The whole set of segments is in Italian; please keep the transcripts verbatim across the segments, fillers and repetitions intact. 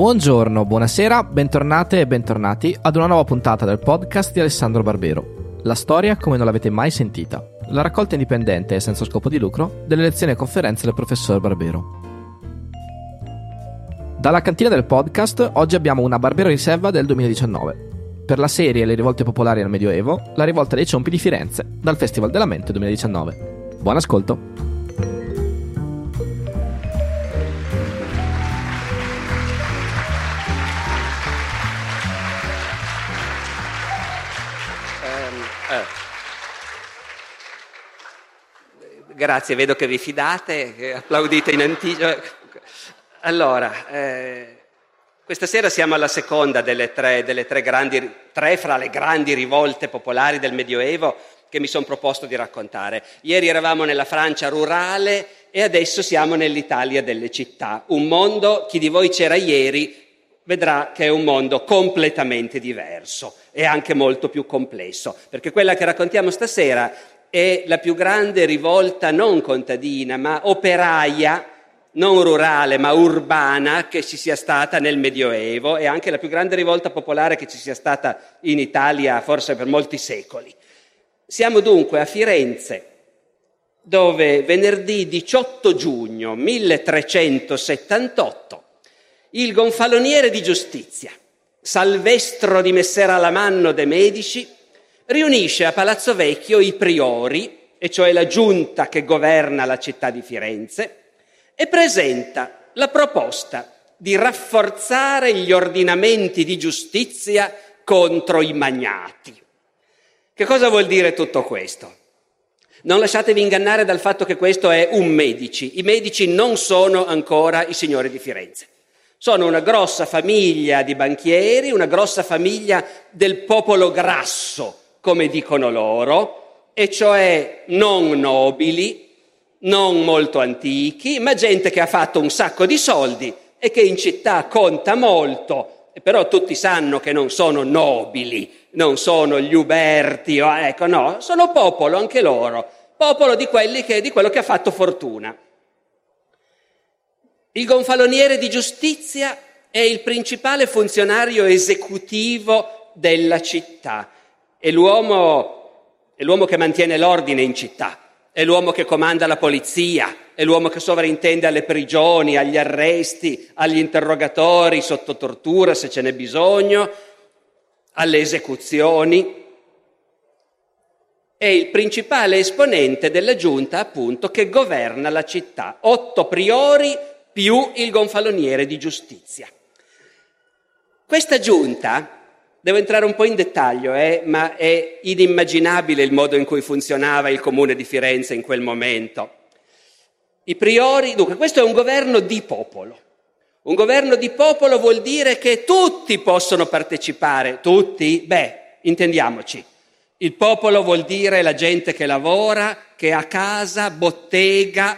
Buongiorno, buonasera, bentornate e bentornati ad una nuova puntata del podcast di Alessandro Barbero. La storia come non l'avete mai sentita. La raccolta indipendente e senza scopo di lucro delle lezioni e conferenze del professor Barbero. Dalla cantina del podcast oggi abbiamo una Barbero riserva del duemiladiciannove. Per la serie Le rivolte popolari al Medioevo, la rivolta dei Ciompi di Firenze, dal Festival della Mente duemiladiciannove. Buon ascolto! Grazie, vedo che vi fidate, che applaudite in anticipo. Allora, eh, questa sera siamo alla seconda delle tre, delle tre grandi, tre fra le grandi rivolte popolari del Medioevo che mi sono proposto di raccontare. Ieri eravamo nella Francia rurale e adesso siamo nell'Italia delle città. Un mondo, chi di voi c'era ieri vedrà che è un mondo completamente diverso e anche molto più complesso, perché quella che raccontiamo stasera è la più grande rivolta non contadina, ma operaia, non rurale, ma urbana, che ci sia stata nel Medioevo, e anche la più grande rivolta popolare che ci sia stata in Italia forse per molti secoli. Siamo dunque a Firenze, dove venerdì diciotto giugno milletrecentosettantotto il gonfaloniere di giustizia, Salvestro di Messer Alamanno de' Medici, riunisce a Palazzo Vecchio i priori, e cioè la giunta che governa la città di Firenze, e presenta la proposta di rafforzare gli ordinamenti di giustizia contro i magnati. Che cosa vuol dire tutto questo? Non lasciatevi ingannare dal fatto che questo è un Medici. I Medici non sono ancora i signori di Firenze. Sono una grossa famiglia di banchieri, una grossa famiglia del popolo grasso, come dicono loro, e cioè non nobili, non molto antichi, ma gente che ha fatto un sacco di soldi e che in città conta molto, però tutti sanno che non sono nobili, non sono gli Uberti, o, ecco no, sono popolo anche loro, popolo di quelli che, di quello che ha fatto fortuna. Il gonfaloniere di giustizia è il principale funzionario esecutivo della città. È l'uomo, è l'uomo che mantiene l'ordine in città, è l'uomo che comanda la polizia, è l'uomo che sovrintende alle prigioni, agli arresti, agli interrogatori sotto tortura se ce n'è bisogno, alle esecuzioni. È il principale esponente della giunta, appunto, che governa la città. Otto priori più il gonfaloniere di giustizia. Questa giunta, devo entrare un po' in dettaglio, eh, ma è inimmaginabile il modo in cui funzionava il comune di Firenze in quel momento. I priori, dunque, questo è un governo di popolo. Un governo di popolo vuol dire che tutti possono partecipare. Tutti? Beh, intendiamoci. Il popolo vuol dire la gente che lavora, che ha casa, bottega.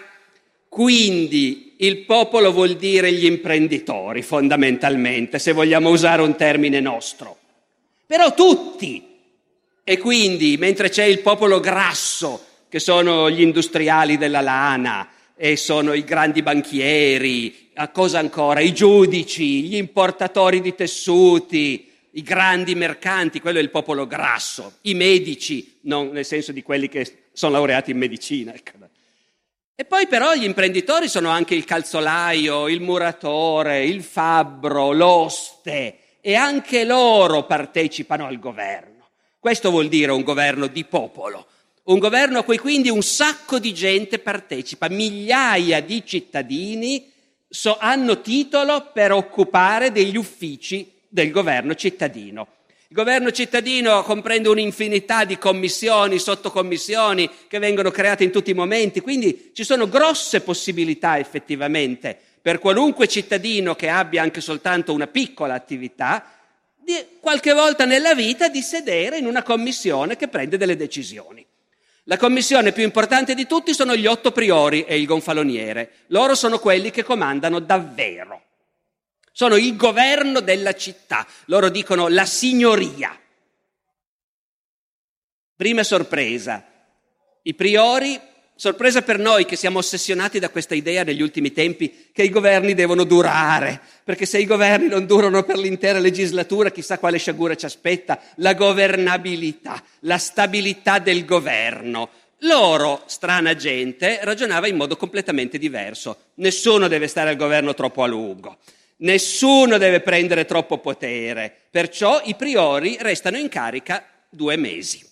Quindi il popolo vuol dire gli imprenditori, fondamentalmente, se vogliamo usare un termine nostro. Però tutti, e quindi mentre c'è il popolo grasso, che sono gli industriali della lana, e sono i grandi banchieri, a cosa ancora, i giudici, gli importatori di tessuti, i grandi mercanti, quello è il popolo grasso, i medici, non nel senso di quelli che sono laureati in medicina. Ecco. E poi però gli imprenditori sono anche il calzolaio, il muratore, il fabbro, l'oste, e anche loro partecipano al governo. Questo vuol dire un governo di popolo, un governo a cui quindi un sacco di gente partecipa, migliaia di cittadini so, hanno titolo per occupare degli uffici del governo cittadino. Il governo cittadino comprende un'infinità di commissioni, sottocommissioni che vengono create in tutti i momenti, quindi ci sono grosse possibilità effettivamente per qualunque cittadino che abbia anche soltanto una piccola attività, di qualche volta nella vita di sedere in una commissione che prende delle decisioni. La commissione più importante di tutti sono gli otto priori e il gonfaloniere. Loro sono quelli che comandano davvero. Sono il governo della città. Loro dicono la signoria. Prima sorpresa. I priori Sorpresa per noi che siamo ossessionati da questa idea negli ultimi tempi che i governi devono durare, perché se i governi non durano per l'intera legislatura, chissà quale sciagura ci aspetta, la governabilità, la stabilità del governo. Loro, strana gente, ragionava in modo completamente diverso. Nessuno deve stare al governo troppo a lungo, nessuno deve prendere troppo potere, perciò i priori restano in carica due mesi.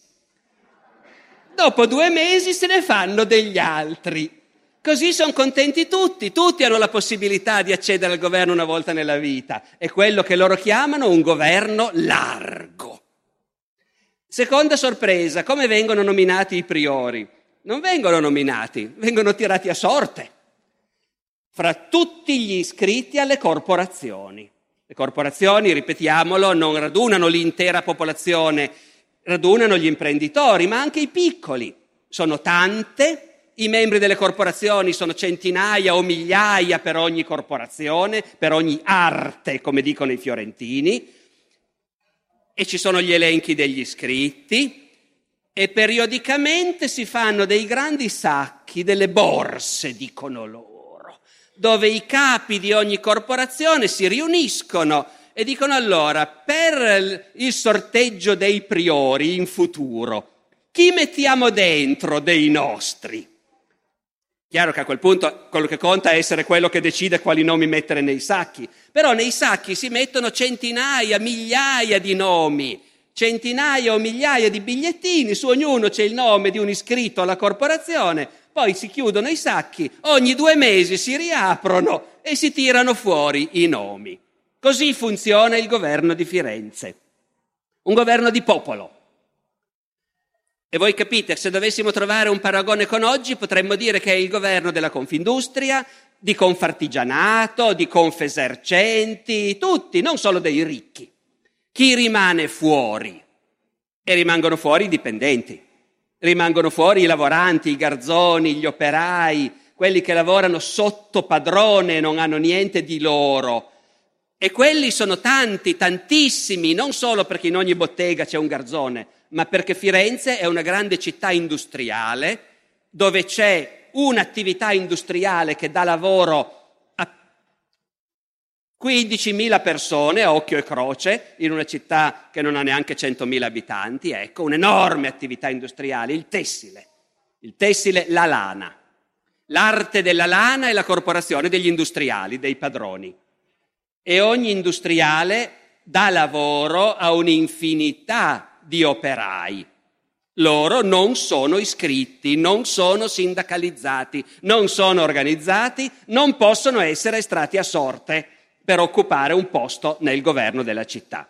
Dopo due mesi se ne fanno degli altri. Così sono contenti tutti, tutti hanno la possibilità di accedere al governo una volta nella vita. È quello che loro chiamano un governo largo. Seconda sorpresa, come vengono nominati i priori? Non vengono nominati, vengono tirati a sorte fra tutti gli iscritti alle corporazioni. Le corporazioni, ripetiamolo, non radunano l'intera popolazione, radunano gli imprenditori, ma anche i piccoli. Sono tante, i membri delle corporazioni sono centinaia o migliaia per ogni corporazione, per ogni arte, come dicono i fiorentini, e ci sono gli elenchi degli iscritti, e periodicamente si fanno dei grandi sacchi, delle borse, dicono loro, dove i capi di ogni corporazione si riuniscono e dicono allora, per il sorteggio dei priori in futuro, chi mettiamo dentro dei nostri? Chiaro che a quel punto quello che conta è essere quello che decide quali nomi mettere nei sacchi, però nei sacchi si mettono centinaia, migliaia di nomi, centinaia o migliaia di bigliettini, su ognuno c'è il nome di un iscritto alla corporazione, poi si chiudono i sacchi, ogni due mesi si riaprono e si tirano fuori i nomi. Così funziona il governo di Firenze, un governo di popolo. E voi capite, se dovessimo trovare un paragone con oggi, potremmo dire che è il governo della Confindustria, di Confartigianato, di Confesercenti, tutti, non solo dei ricchi. Chi rimane fuori? E rimangono fuori i dipendenti, rimangono fuori i lavoranti, i garzoni, gli operai, quelli che lavorano sotto padrone e non hanno niente di loro. E quelli sono tanti, tantissimi, non solo perché in ogni bottega c'è un garzone, ma perché Firenze è una grande città industriale dove c'è un'attività industriale che dà lavoro a quindicimila persone, a occhio e croce, in una città che non ha neanche centomila abitanti, ecco, un'enorme attività industriale, il tessile, il tessile, la lana, l'arte della lana e la corporazione degli industriali, dei padroni. E ogni industriale dà lavoro a un'infinità di operai. Loro non sono iscritti, non sono sindacalizzati, non sono organizzati, non possono essere estratti a sorte per occupare un posto nel governo della città.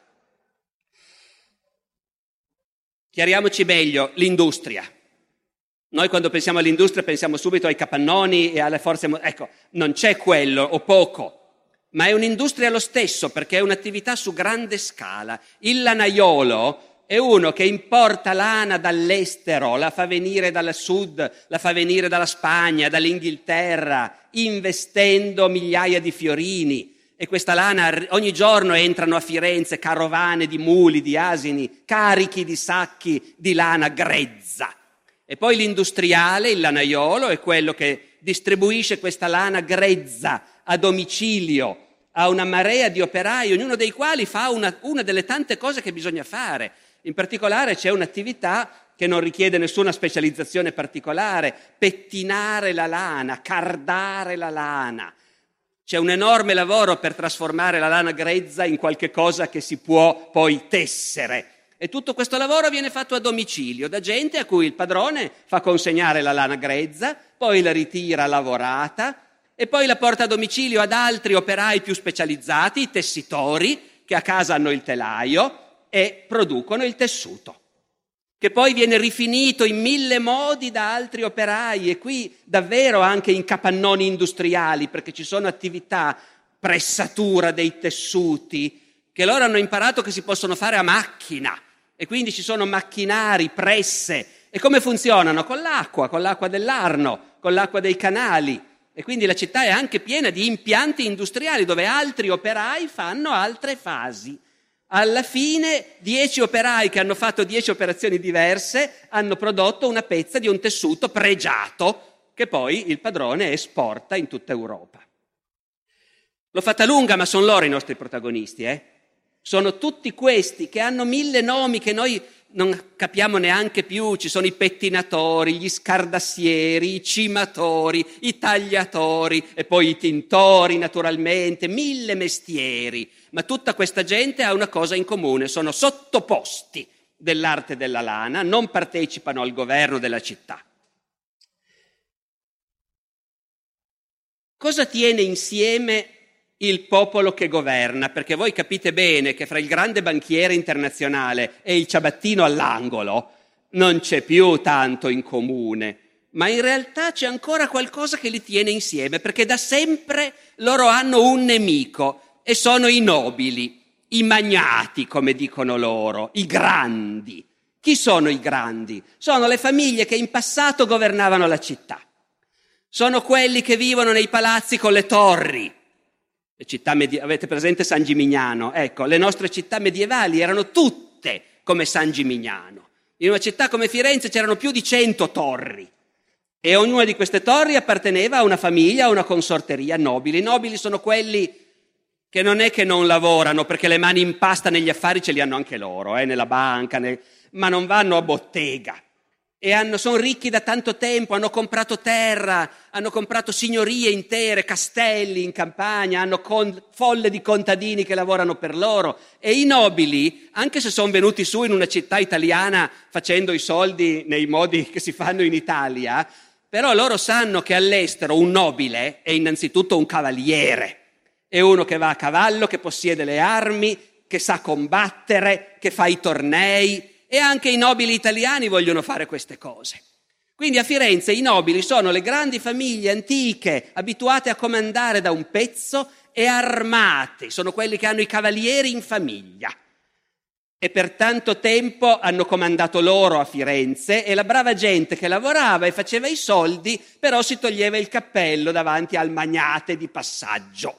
Chiariamoci meglio l'industria. Noi quando pensiamo all'industria pensiamo subito ai capannoni e alle forze... Ecco, non c'è quello o poco. Ma è un'industria lo stesso perché è un'attività su grande scala. Il lanaiolo è uno che importa lana dall'estero, la fa venire dal sud, la fa venire dalla Spagna, dall'Inghilterra, investendo migliaia di fiorini. E questa lana ogni giorno entrano a Firenze carovane di muli, di asini, carichi di sacchi di lana grezza. E poi l'industriale, il lanaiolo, è quello che distribuisce questa lana grezza a domicilio a una marea di operai, ognuno dei quali fa una, una delle tante cose che bisogna fare. In particolare c'è un'attività che non richiede nessuna specializzazione particolare, pettinare la lana, cardare la lana. C'è un enorme lavoro per trasformare la lana grezza in qualche cosa che si può poi tessere. E tutto questo lavoro viene fatto a domicilio, da gente a cui il padrone fa consegnare la lana grezza, poi la ritira lavorata, e poi la porta a domicilio ad altri operai più specializzati, i tessitori, che a casa hanno il telaio e producono il tessuto, che poi viene rifinito in mille modi da altri operai, e qui davvero anche in capannoni industriali, perché ci sono attività, pressatura dei tessuti, che loro hanno imparato che si possono fare a macchina, e quindi ci sono macchinari, presse. E come funzionano? Con l'acqua, con l'acqua dell'Arno, con l'acqua dei canali. E quindi la città è anche piena di impianti industriali dove altri operai fanno altre fasi, Alla fine dieci operai che hanno fatto dieci operazioni diverse hanno prodotto una pezza di un tessuto pregiato che poi il padrone esporta in tutta Europa. L'ho fatta lunga, ma sono loro i nostri protagonisti, eh? Sono tutti questi che hanno mille nomi che noi non capiamo neanche più. Ci sono i pettinatori, gli scardassieri, i cimatori, i tagliatori e poi i tintori, naturalmente, mille mestieri. Ma tutta questa gente ha una cosa in comune: sono sottoposti dell'arte della lana, non partecipano al governo della città. Cosa tiene insieme il popolo che governa? Perché voi capite bene che fra il grande banchiere internazionale e il ciabattino all'angolo non c'è più tanto in comune, ma in realtà c'è ancora qualcosa che li tiene insieme, perché da sempre loro hanno un nemico e sono i nobili, i magnati, come dicono loro, i grandi. Chi sono i grandi? Sono le famiglie che in passato governavano la città. Sono quelli che vivono nei palazzi con le torri. Le città medi- avete presente San Gimignano? Ecco, le nostre città medievali erano tutte come San Gimignano. In una città come Firenze c'erano più di cento torri e ognuna di queste torri apparteneva a una famiglia, a una consorteria nobili. I nobili sono quelli che non è che non lavorano, perché le mani in pasta negli affari ce li hanno anche loro, eh, nella banca, nel... ma non vanno a bottega. E hanno, sono ricchi da tanto tempo, hanno comprato terra, hanno comprato signorie intere, castelli in campagna, hanno con, folle di contadini che lavorano per loro. E i nobili, anche se sono venuti su in una città italiana facendo i soldi nei modi che si fanno in Italia, però loro sanno che all'estero un nobile è innanzitutto un cavaliere, è uno che va a cavallo, che possiede le armi, che sa combattere, che fa i tornei. E anche i nobili italiani vogliono fare queste cose. Quindi a Firenze i nobili sono le grandi famiglie antiche, abituate a comandare da un pezzo e armate. Sono quelli che hanno i cavalieri in famiglia. E per tanto tempo hanno comandato loro a Firenze e la brava gente che lavorava e faceva i soldi, però si toglieva il cappello davanti al magnate di passaggio.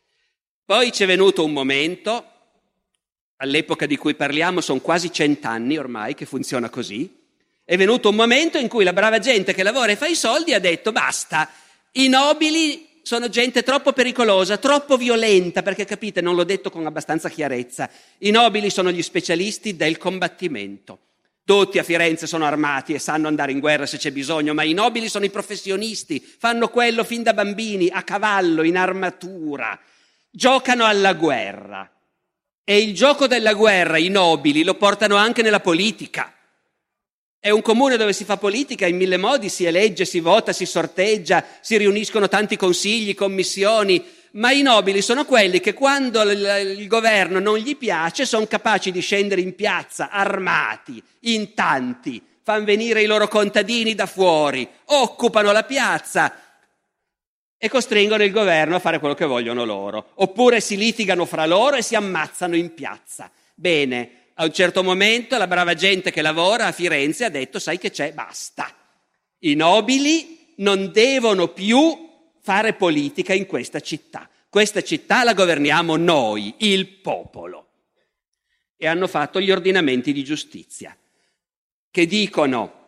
Poi c'è venuto un momento... All'epoca di cui parliamo sono quasi cent'anni ormai che funziona così. È venuto un momento in cui la brava gente che lavora e fa i soldi ha detto basta, i nobili sono gente troppo pericolosa, troppo violenta, perché capite, non l'ho detto con abbastanza chiarezza, i nobili sono gli specialisti del combattimento. Tutti a Firenze sono armati e sanno andare in guerra se c'è bisogno, ma i nobili sono i professionisti, fanno quello fin da bambini, a cavallo, in armatura, giocano alla guerra. E il gioco della guerra i nobili lo portano anche nella politica. È un comune dove si fa politica in mille modi, si elegge, si vota, si sorteggia, si riuniscono tanti consigli, commissioni, ma i nobili sono quelli che quando il, il governo non gli piace sono capaci di scendere in piazza armati, in tanti, fanno venire i loro contadini da fuori, occupano la piazza e costringono il governo a fare quello che vogliono loro. Oppure si litigano fra loro e si ammazzano in piazza. Bene, a un certo momento la brava gente che lavora a Firenze ha detto, sai che c'è, basta. I nobili non devono più fare politica in questa città. Questa città la governiamo noi, il popolo. E hanno fatto gli ordinamenti di giustizia, che dicono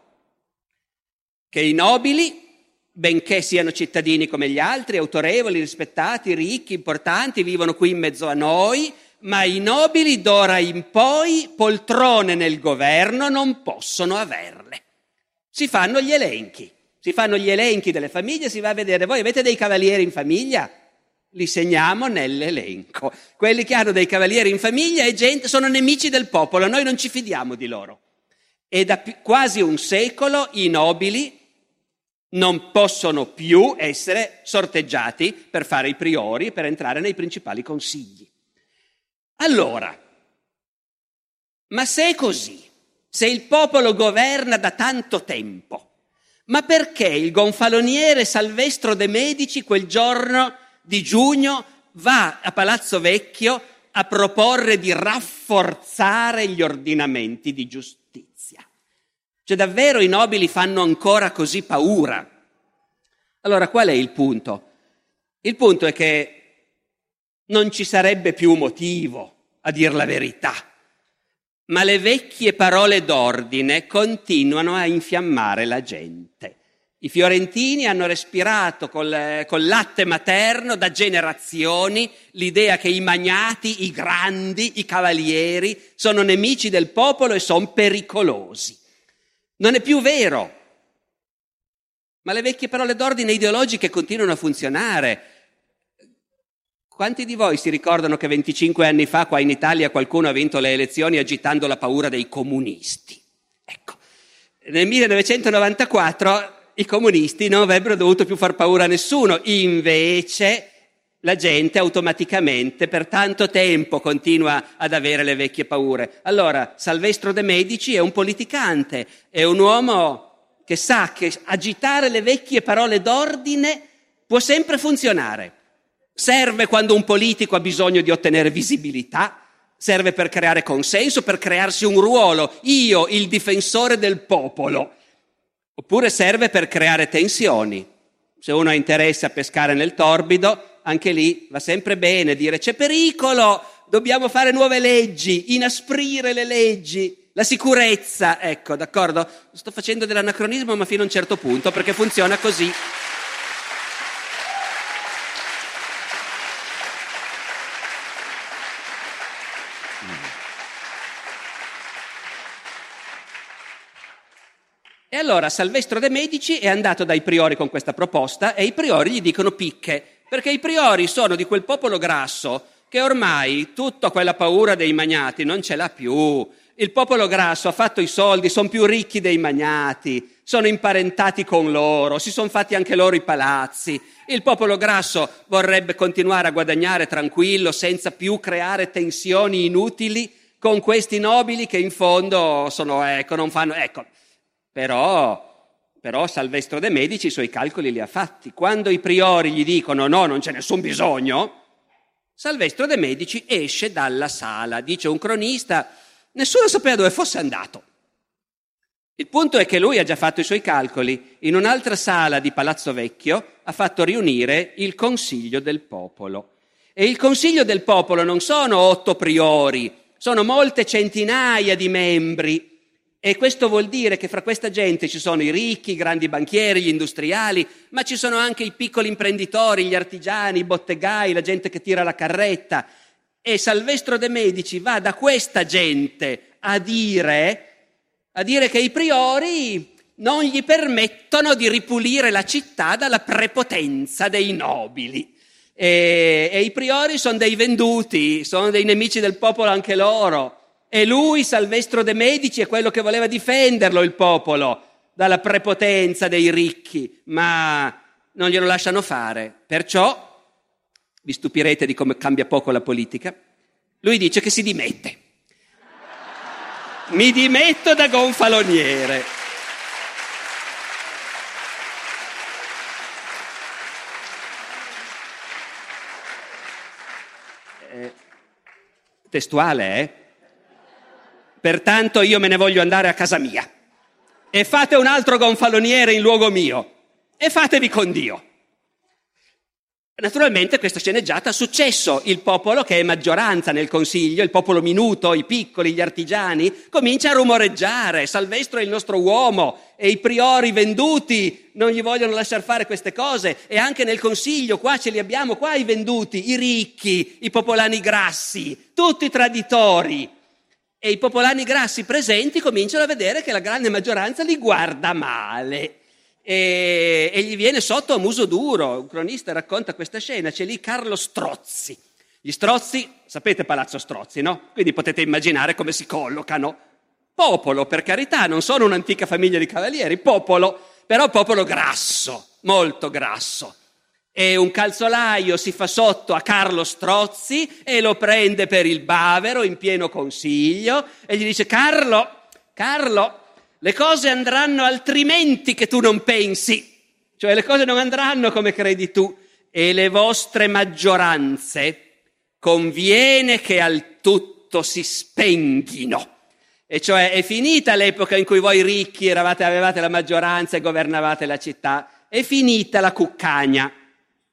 che i nobili, benché siano cittadini come gli altri, autorevoli, rispettati, ricchi, importanti, vivono qui in mezzo a noi, ma i nobili d'ora in poi poltrone nel governo non possono averle. Si fanno gli elenchi, si fanno gli elenchi delle famiglie, si va a vedere, voi avete dei cavalieri in famiglia? Li segniamo nell'elenco. Quelli che hanno dei cavalieri in famiglia è gente, sono nemici del popolo, noi non ci fidiamo di loro. E da pi- quasi un secolo i nobili non possono più essere sorteggiati per fare i priori, per entrare nei principali consigli. Allora, ma se è così, se il popolo governa da tanto tempo, ma perché il gonfaloniere Salvestro de' Medici quel giorno di giugno va a Palazzo Vecchio a proporre di rafforzare gli ordinamenti di giustizia? Cioè davvero i nobili fanno ancora così paura? Allora qual è il punto? Il punto è che non ci sarebbe più motivo a dir la verità. Ma le vecchie parole d'ordine continuano a infiammare la gente. I fiorentini hanno respirato col, col latte materno da generazioni l'idea che i magnati, i grandi, i cavalieri sono nemici del popolo e sono pericolosi. Non è più vero. Ma le vecchie parole d'ordine ideologiche continuano a funzionare. Quanti di voi si ricordano che venticinque anni fa qua in Italia qualcuno ha vinto le elezioni agitando la paura dei comunisti? Ecco, nel millenovecentonovantaquattro i comunisti non avrebbero dovuto più far paura a nessuno, invece la gente automaticamente per tanto tempo continua ad avere le vecchie paure. Allora, Salvestro De Medici è un politicante, è un uomo che sa che agitare le vecchie parole d'ordine può sempre funzionare. Serve quando un politico ha bisogno di ottenere visibilità, serve per creare consenso, per crearsi un ruolo, io il difensore del popolo, oppure serve per creare tensioni. Se uno ha interesse a pescare nel torbido, anche lì va sempre bene dire c'è pericolo, dobbiamo fare nuove leggi, inasprire le leggi, la sicurezza, ecco, d'accordo? Sto facendo dell'anacronismo ma fino a un certo punto perché funziona così. E allora Salvestro De Medici è andato dai priori con questa proposta e i priori gli dicono picche, perché i priori sono di quel popolo grasso che ormai tutta quella paura dei magnati non ce l'ha più. Il popolo grasso ha fatto i soldi, sono più ricchi dei magnati, sono imparentati con loro, si sono fatti anche loro i palazzi. Il popolo grasso vorrebbe continuare a guadagnare tranquillo senza più creare tensioni inutili con questi nobili che in fondo sono, ecco, non fanno, ecco. Però, però Salvestro De Medici i suoi calcoli li ha fatti. Quando i priori gli dicono no, non c'è nessun bisogno, Salvestro De Medici esce dalla sala. Dice un cronista, nessuno sapeva dove fosse andato. Il punto è che lui ha già fatto i suoi calcoli. In un'altra sala di Palazzo Vecchio ha fatto riunire il Consiglio del Popolo. E il Consiglio del Popolo non sono otto priori, sono molte centinaia di membri. E questo vuol dire che fra questa gente ci sono i ricchi, i grandi banchieri, gli industriali, ma ci sono anche i piccoli imprenditori, gli artigiani, i bottegai, la gente che tira la carretta. E Salvestro De Medici va da questa gente a dire, a dire che i priori non gli permettono di ripulire la città dalla prepotenza dei nobili. E, e i priori sono dei venduti, sono dei nemici del popolo anche loro. E lui, Salvestro De Medici, è quello che voleva difenderlo, il popolo, dalla prepotenza dei ricchi, ma non glielo lasciano fare. Perciò, vi stupirete di come cambia poco la politica, lui dice che si dimette. Mi dimetto da gonfaloniere. Eh, testuale, eh? Pertanto io me ne voglio andare a casa mia e fate un altro gonfaloniere in luogo mio e fatevi con Dio. Naturalmente questa sceneggiata ha successo, il popolo che è maggioranza nel consiglio, il popolo minuto, i piccoli, gli artigiani, comincia a rumoreggiare, Salvestro è il nostro uomo e i priori venduti non gli vogliono lasciar fare queste cose e anche nel consiglio qua ce li abbiamo, qua i venduti, i ricchi, i popolani grassi, tutti traditori. E i popolani grassi presenti cominciano a vedere che la grande maggioranza li guarda male e, e gli viene sotto a muso duro. Un cronista racconta questa scena, c'è lì Carlo Strozzi. Gli Strozzi, sapete Palazzo Strozzi, no? Quindi potete immaginare come si collocano. Popolo, per carità, non sono un'antica famiglia di cavalieri, popolo, però popolo grasso, molto grasso. E un calzolaio si fa sotto a Carlo Strozzi e lo prende per il bavero in pieno consiglio e gli dice Carlo, Carlo, le cose andranno altrimenti che tu non pensi, cioè le cose non andranno come credi tu e le vostre maggioranze conviene che al tutto si spenghino. E cioè è finita l'epoca in cui voi ricchi eravate, avevate la maggioranza e governavate la città, è finita la cuccagna.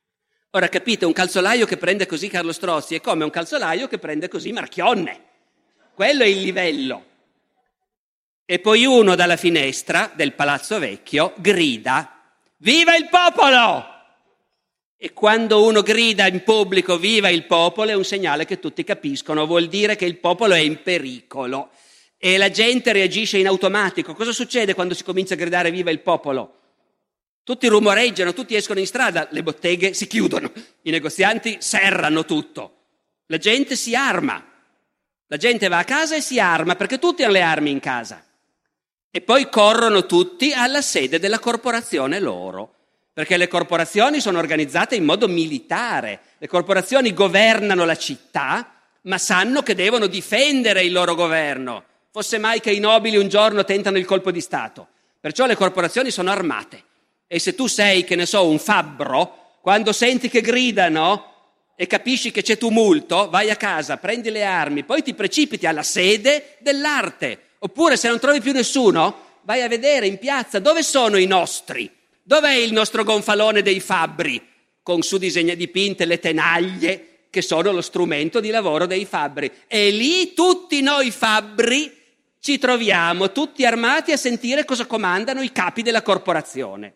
Ora capite, un calzolaio che prende così Carlo Strozzi è come un calzolaio che prende così Marchionne. Quello è il livello. E poi uno dalla finestra del Palazzo Vecchio grida: viva il popolo! E quando uno grida in pubblico viva il popolo è un segnale che tutti capiscono, vuol dire che il popolo è in pericolo e la gente reagisce in automatico. Cosa succede quando si comincia a gridare viva il popolo? Tutti rumoreggiano, tutti escono in strada, le botteghe si chiudono, i negozianti serrano tutto, la gente si arma, la gente va a casa e si arma perché tutti hanno le armi in casa e poi corrono tutti alla sede della corporazione loro. Perché le corporazioni sono organizzate in modo militare, le corporazioni governano la città, ma sanno che devono difendere il loro governo, fosse mai che i nobili un giorno tentano il colpo di Stato. Perciò le corporazioni sono armate. E se tu sei, che ne so, un fabbro, quando senti che gridano e capisci che c'è tumulto, vai a casa, prendi le armi, poi ti precipiti alla sede dell'arte. Oppure se non trovi più nessuno, vai a vedere in piazza dove sono i nostri. Dov'è il nostro gonfalone dei fabbri, con su disegna dipinte le tenaglie, che sono lo strumento di lavoro dei fabbri? E lì tutti noi fabbri ci troviamo, tutti armati, a sentire cosa comandano i capi della corporazione.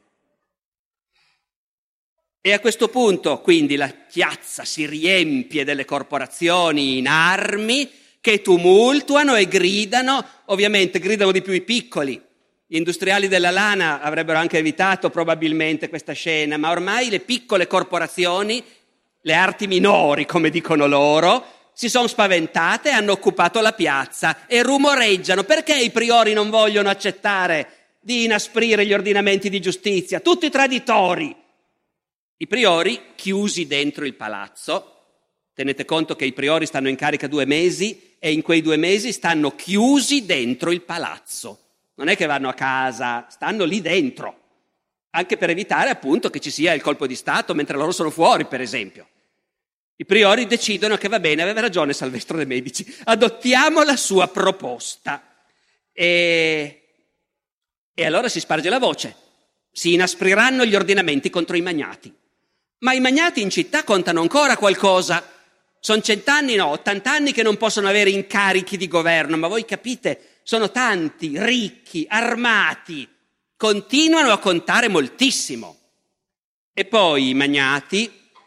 E a questo punto, quindi, la piazza si riempie delle corporazioni in armi che tumultuano e gridano, ovviamente gridano di più i piccoli. Gli industriali della lana avrebbero anche evitato probabilmente questa scena, ma ormai le piccole corporazioni, le arti minori come dicono loro, si sono spaventate, hanno occupato la piazza e rumoreggiano. Perché i priori non vogliono accettare di inasprire gli ordinamenti di giustizia? Tutti traditori. I priori chiusi dentro il palazzo, tenete conto che i priori stanno in carica due mesi e in quei due mesi stanno chiusi dentro il palazzo. Non è che vanno a casa, stanno lì dentro, anche per evitare appunto che ci sia il colpo di Stato mentre loro sono fuori, per esempio. I priori decidono che va bene, aveva ragione Salvestro de' Medici, adottiamo la sua proposta. E, e allora si sparge la voce, si inaspriranno gli ordinamenti contro i magnati. Ma i magnati in città contano ancora qualcosa. Sono cent'anni, no, ottant'anni che non possono avere incarichi di governo, ma voi capite... Sono tanti, ricchi, armati, continuano a contare moltissimo. E poi i magnati,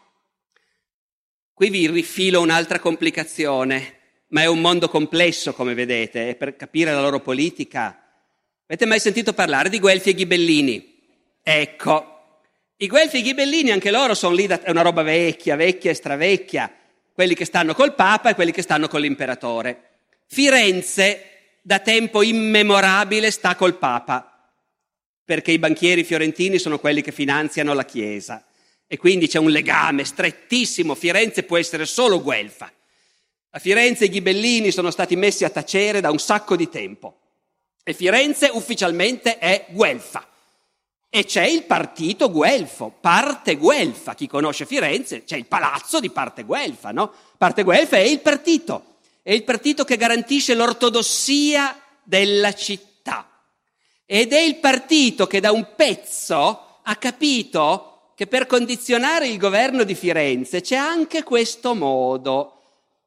qui vi rifilo un'altra complicazione, ma è un mondo complesso come vedete, e per capire la loro politica. Avete mai sentito parlare di Guelfi e Ghibellini? Ecco, i Guelfi e Ghibellini anche loro sono lì, da, è una roba vecchia, vecchia e stravecchia, quelli che stanno col Papa e quelli che stanno con l'imperatore. Firenze da tempo immemorabile sta col Papa, perché i banchieri fiorentini sono quelli che finanziano la Chiesa e quindi c'è un legame strettissimo. Firenze può essere solo guelfa. A Firenze i Ghibellini sono stati messi a tacere da un sacco di tempo e Firenze ufficialmente è guelfa e c'è il partito guelfo, Parte Guelfa. Chi conosce Firenze, c'è il palazzo di Parte Guelfa, no? Parte Guelfa è il partito. È il partito che garantisce l'ortodossia della città. Ed è il partito che da un pezzo ha capito che per condizionare il governo di Firenze c'è anche questo modo.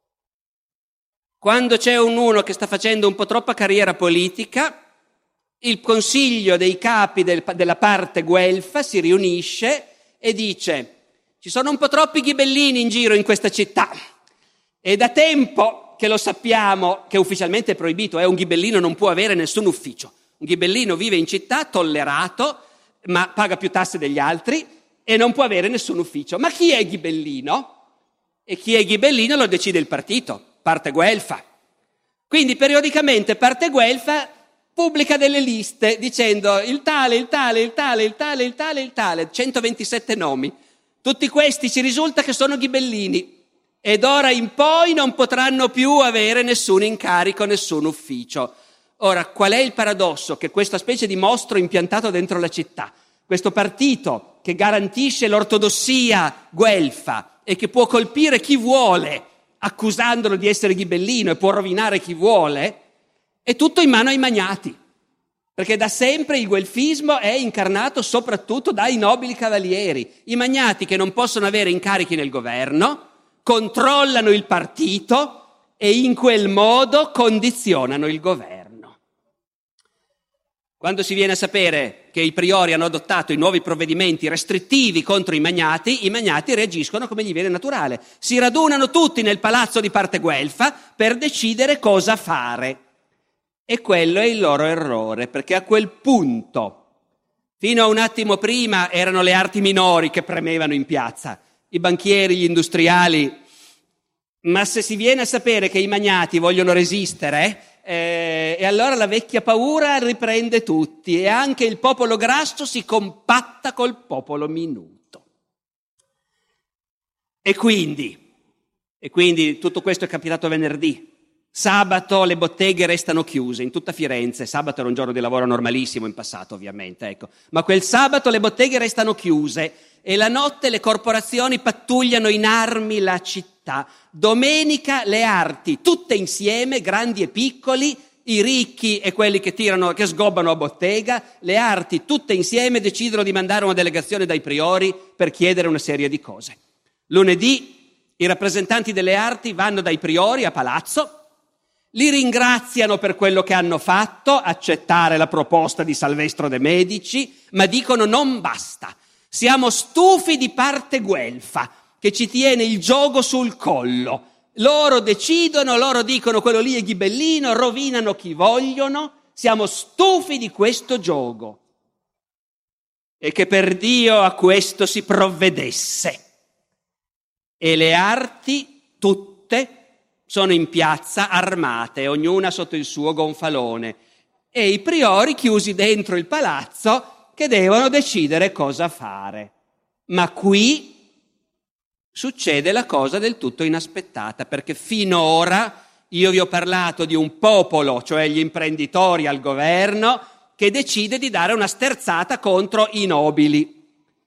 Quando c'è un uno che sta facendo un po' troppa carriera politica, il consiglio dei capi del, della parte guelfa si riunisce e dice: ci sono un po' troppi ghibellini in giro in questa città e da tempo che lo sappiamo che ufficialmente è proibito, eh? Un ghibellino non può avere nessun ufficio. Un ghibellino vive in città tollerato, ma paga più tasse degli altri e non può avere nessun ufficio. Ma chi è ghibellino? E chi è ghibellino lo decide il partito, Parte Guelfa. Quindi periodicamente Parte Guelfa pubblica delle liste dicendo il tale, il tale, il tale, il tale, il tale, il tale, centoventisette nomi. Tutti questi ci risulta che sono ghibellini. Ed ora in poi non potranno più avere nessun incarico, nessun ufficio. Ora, qual è il paradosso? Che questa specie di mostro impiantato dentro la città, questo partito che garantisce l'ortodossia guelfa e che può colpire chi vuole, accusandolo di essere ghibellino, e può rovinare chi vuole, è tutto in mano ai magnati. Perché da sempre il guelfismo è incarnato soprattutto dai nobili cavalieri, i magnati che non possono avere incarichi nel governo, controllano il partito e in quel modo condizionano il governo. Quando si viene a sapere che i priori hanno adottato i nuovi provvedimenti restrittivi contro i magnati, i magnati reagiscono come gli viene naturale. Si radunano tutti nel palazzo di parte guelfa per decidere cosa fare. E quello è il loro errore, perché a quel punto, fino a un attimo prima, erano le arti minori che premevano in piazza, i banchieri, gli industriali. Ma se si viene a sapere che i magnati vogliono resistere, eh, e allora la vecchia paura riprende tutti e anche il popolo grasso si compatta col popolo minuto. E quindi, e quindi tutto questo è capitato venerdì. Sabato le botteghe restano chiuse in tutta Firenze. Sabato era un giorno di lavoro normalissimo in passato, ovviamente, ecco. Ma quel sabato le botteghe restano chiuse e la notte le corporazioni pattugliano in armi la città. Domenica le arti, tutte insieme, grandi e piccoli, i ricchi e quelli che tirano, che sgobbano a bottega, le arti tutte insieme decidono di mandare una delegazione dai priori per chiedere una serie di cose. Lunedì i rappresentanti delle arti vanno dai priori a palazzo, li ringraziano per quello che hanno fatto, accettare la proposta di Salvestro de' Medici, ma dicono non basta. Siamo stufi di parte guelfa che ci tiene il giogo sul collo. Loro decidono, loro dicono quello lì è ghibellino, rovinano chi vogliono. Siamo stufi di questo giogo. E che per Dio a questo si provvedesse. E le arti tutte sono in piazza armate, ognuna sotto il suo gonfalone, e i priori chiusi dentro il palazzo che devono decidere cosa fare. Ma qui succede la cosa del tutto inaspettata, perché finora io vi ho parlato di un popolo, cioè gli imprenditori al governo, che decide di dare una sterzata contro i nobili.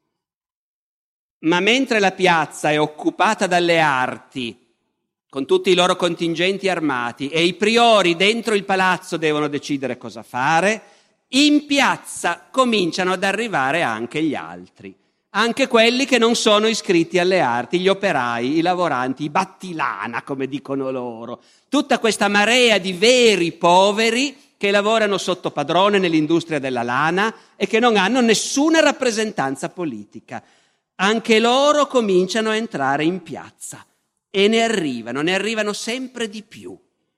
Ma mentre la piazza è occupata dalle arti, con tutti i loro contingenti armati, e i priori dentro il palazzo devono decidere cosa fare, in piazza cominciano ad arrivare anche gli altri, anche quelli che non sono iscritti alle arti, gli operai, i lavoranti, i battilana, come dicono loro, tutta questa marea di veri poveri che lavorano sotto padrone nell'industria della lana e che non hanno nessuna rappresentanza politica. Anche loro cominciano a entrare in piazza. E ne arrivano, ne arrivano sempre di più.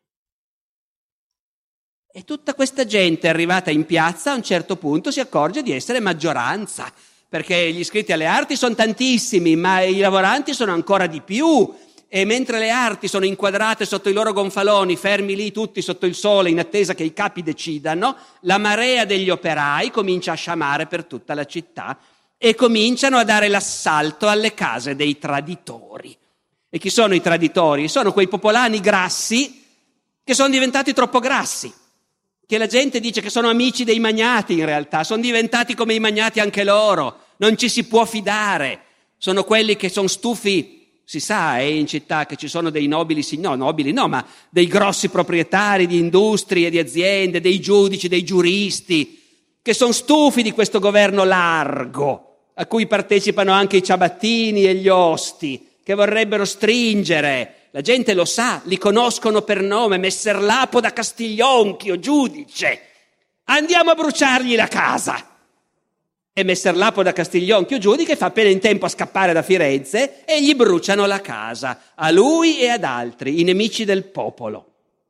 E tutta questa gente arrivata in piazza a un certo punto si accorge di essere maggioranza, perché gli iscritti alle arti sono tantissimi, ma i lavoranti sono ancora di più. E mentre le arti sono inquadrate sotto i loro gonfaloni, fermi lì tutti sotto il sole in attesa che i capi decidano, la marea degli operai comincia a sciamare per tutta la città e cominciano a dare l'assalto alle case dei traditori. E chi sono i traditori? Sono quei popolani grassi che sono diventati troppo grassi, che la gente dice che sono amici dei magnati in realtà, sono diventati come i magnati anche loro, non ci si può fidare, sono quelli che sono stufi, si sa eh, in città che ci sono dei nobili, no nobili no, ma dei grossi proprietari di industrie, di aziende, dei giudici, dei giuristi, che sono stufi di questo governo largo, a cui partecipano anche i ciabattini e gli osti, che vorrebbero stringere, la gente lo sa, li conoscono per nome, Messer Lapo da Castiglionchio, giudice, andiamo a bruciargli la casa. E Messer Lapo da Castiglionchio, giudice, fa appena in tempo a scappare da Firenze e gli bruciano la casa, a lui e ad altri, i nemici del popolo.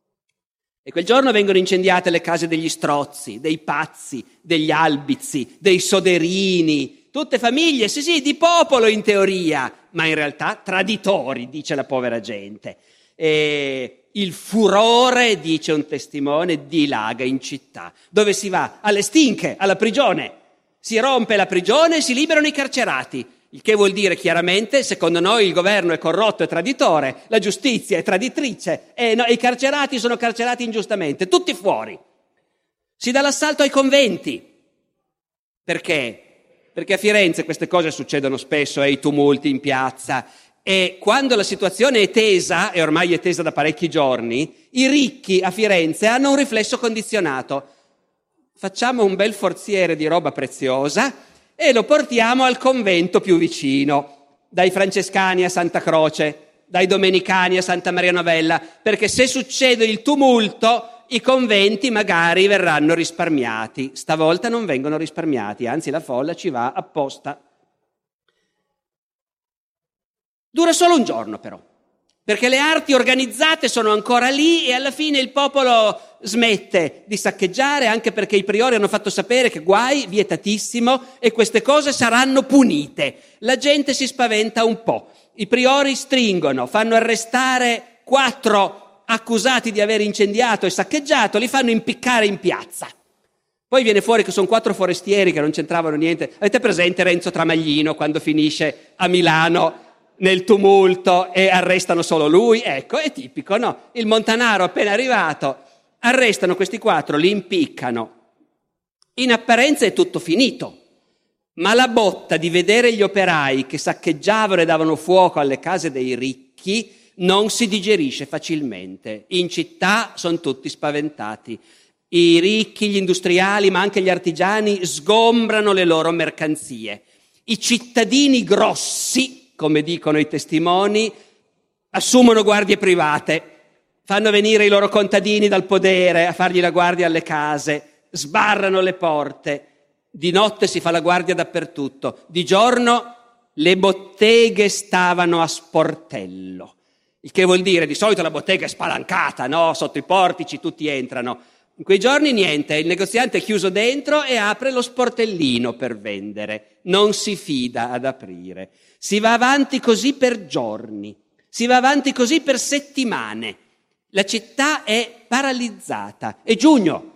E quel giorno vengono incendiate le case degli strozzi, dei pazzi, degli albizi, dei soderini, tutte famiglie, sì sì, di popolo in teoria, ma in realtà traditori, dice la povera gente. E il furore, dice un testimone, dilaga in città. Dove si va? Alle stinche, alla prigione. Si rompe la prigione e si liberano i carcerati. Il che vuol dire chiaramente, secondo noi il governo è corrotto e traditore, la giustizia è traditrice e no, i carcerati sono carcerati ingiustamente, tutti fuori. Si dà l'assalto ai conventi. Perché? Perché a Firenze queste cose succedono spesso, e eh, i tumulti in piazza, e quando la situazione è tesa, e ormai è tesa da parecchi giorni, i ricchi a Firenze hanno un riflesso condizionato. facciamo un bel forziere di roba preziosa e lo portiamo al convento più vicino, dai francescani a Santa Croce, dai domenicani a Santa Maria Novella, perché se succede il tumulto i conventi magari verranno risparmiati. Stavolta non vengono risparmiati, anzi la folla ci va apposta. Dura solo un giorno però, perché le arti organizzate sono ancora lì e alla fine il popolo smette di saccheggiare, anche perché i priori hanno fatto sapere che guai, vietatissimo, e queste cose saranno punite. La gente si spaventa un po', i priori stringono, fanno arrestare quattro accusati di aver incendiato e saccheggiato, li fanno impiccare in piazza. Poi viene fuori che sono quattro forestieri che non c'entravano niente. Avete presente Renzo Tramaglino quando finisce a Milano nel tumulto e arrestano solo lui? Ecco, è tipico, no? Il montanaro appena arrivato, arrestano questi quattro, li impiccano. In apparenza è tutto finito, ma la botta di vedere gli operai che saccheggiavano e davano fuoco alle case dei ricchi non si digerisce facilmente. In città sono tutti spaventati. I ricchi, gli industriali, ma anche gli artigiani sgombrano le loro mercanzie. I cittadini grossi, come dicono i testimoni, assumono guardie private, fanno venire i loro contadini dal podere a fargli la guardia alle case, sbarrano le porte, di notte si fa la guardia dappertutto, di giorno le botteghe stavano a sportello, il che vuol dire di solito la bottega è spalancata, no? Sotto i portici tutti entrano. In quei giorni niente, il negoziante è chiuso dentro e apre lo sportellino per vendere, non si fida ad aprire. Si va avanti così per giorni, si va avanti così per settimane. La città è paralizzata. È giugno.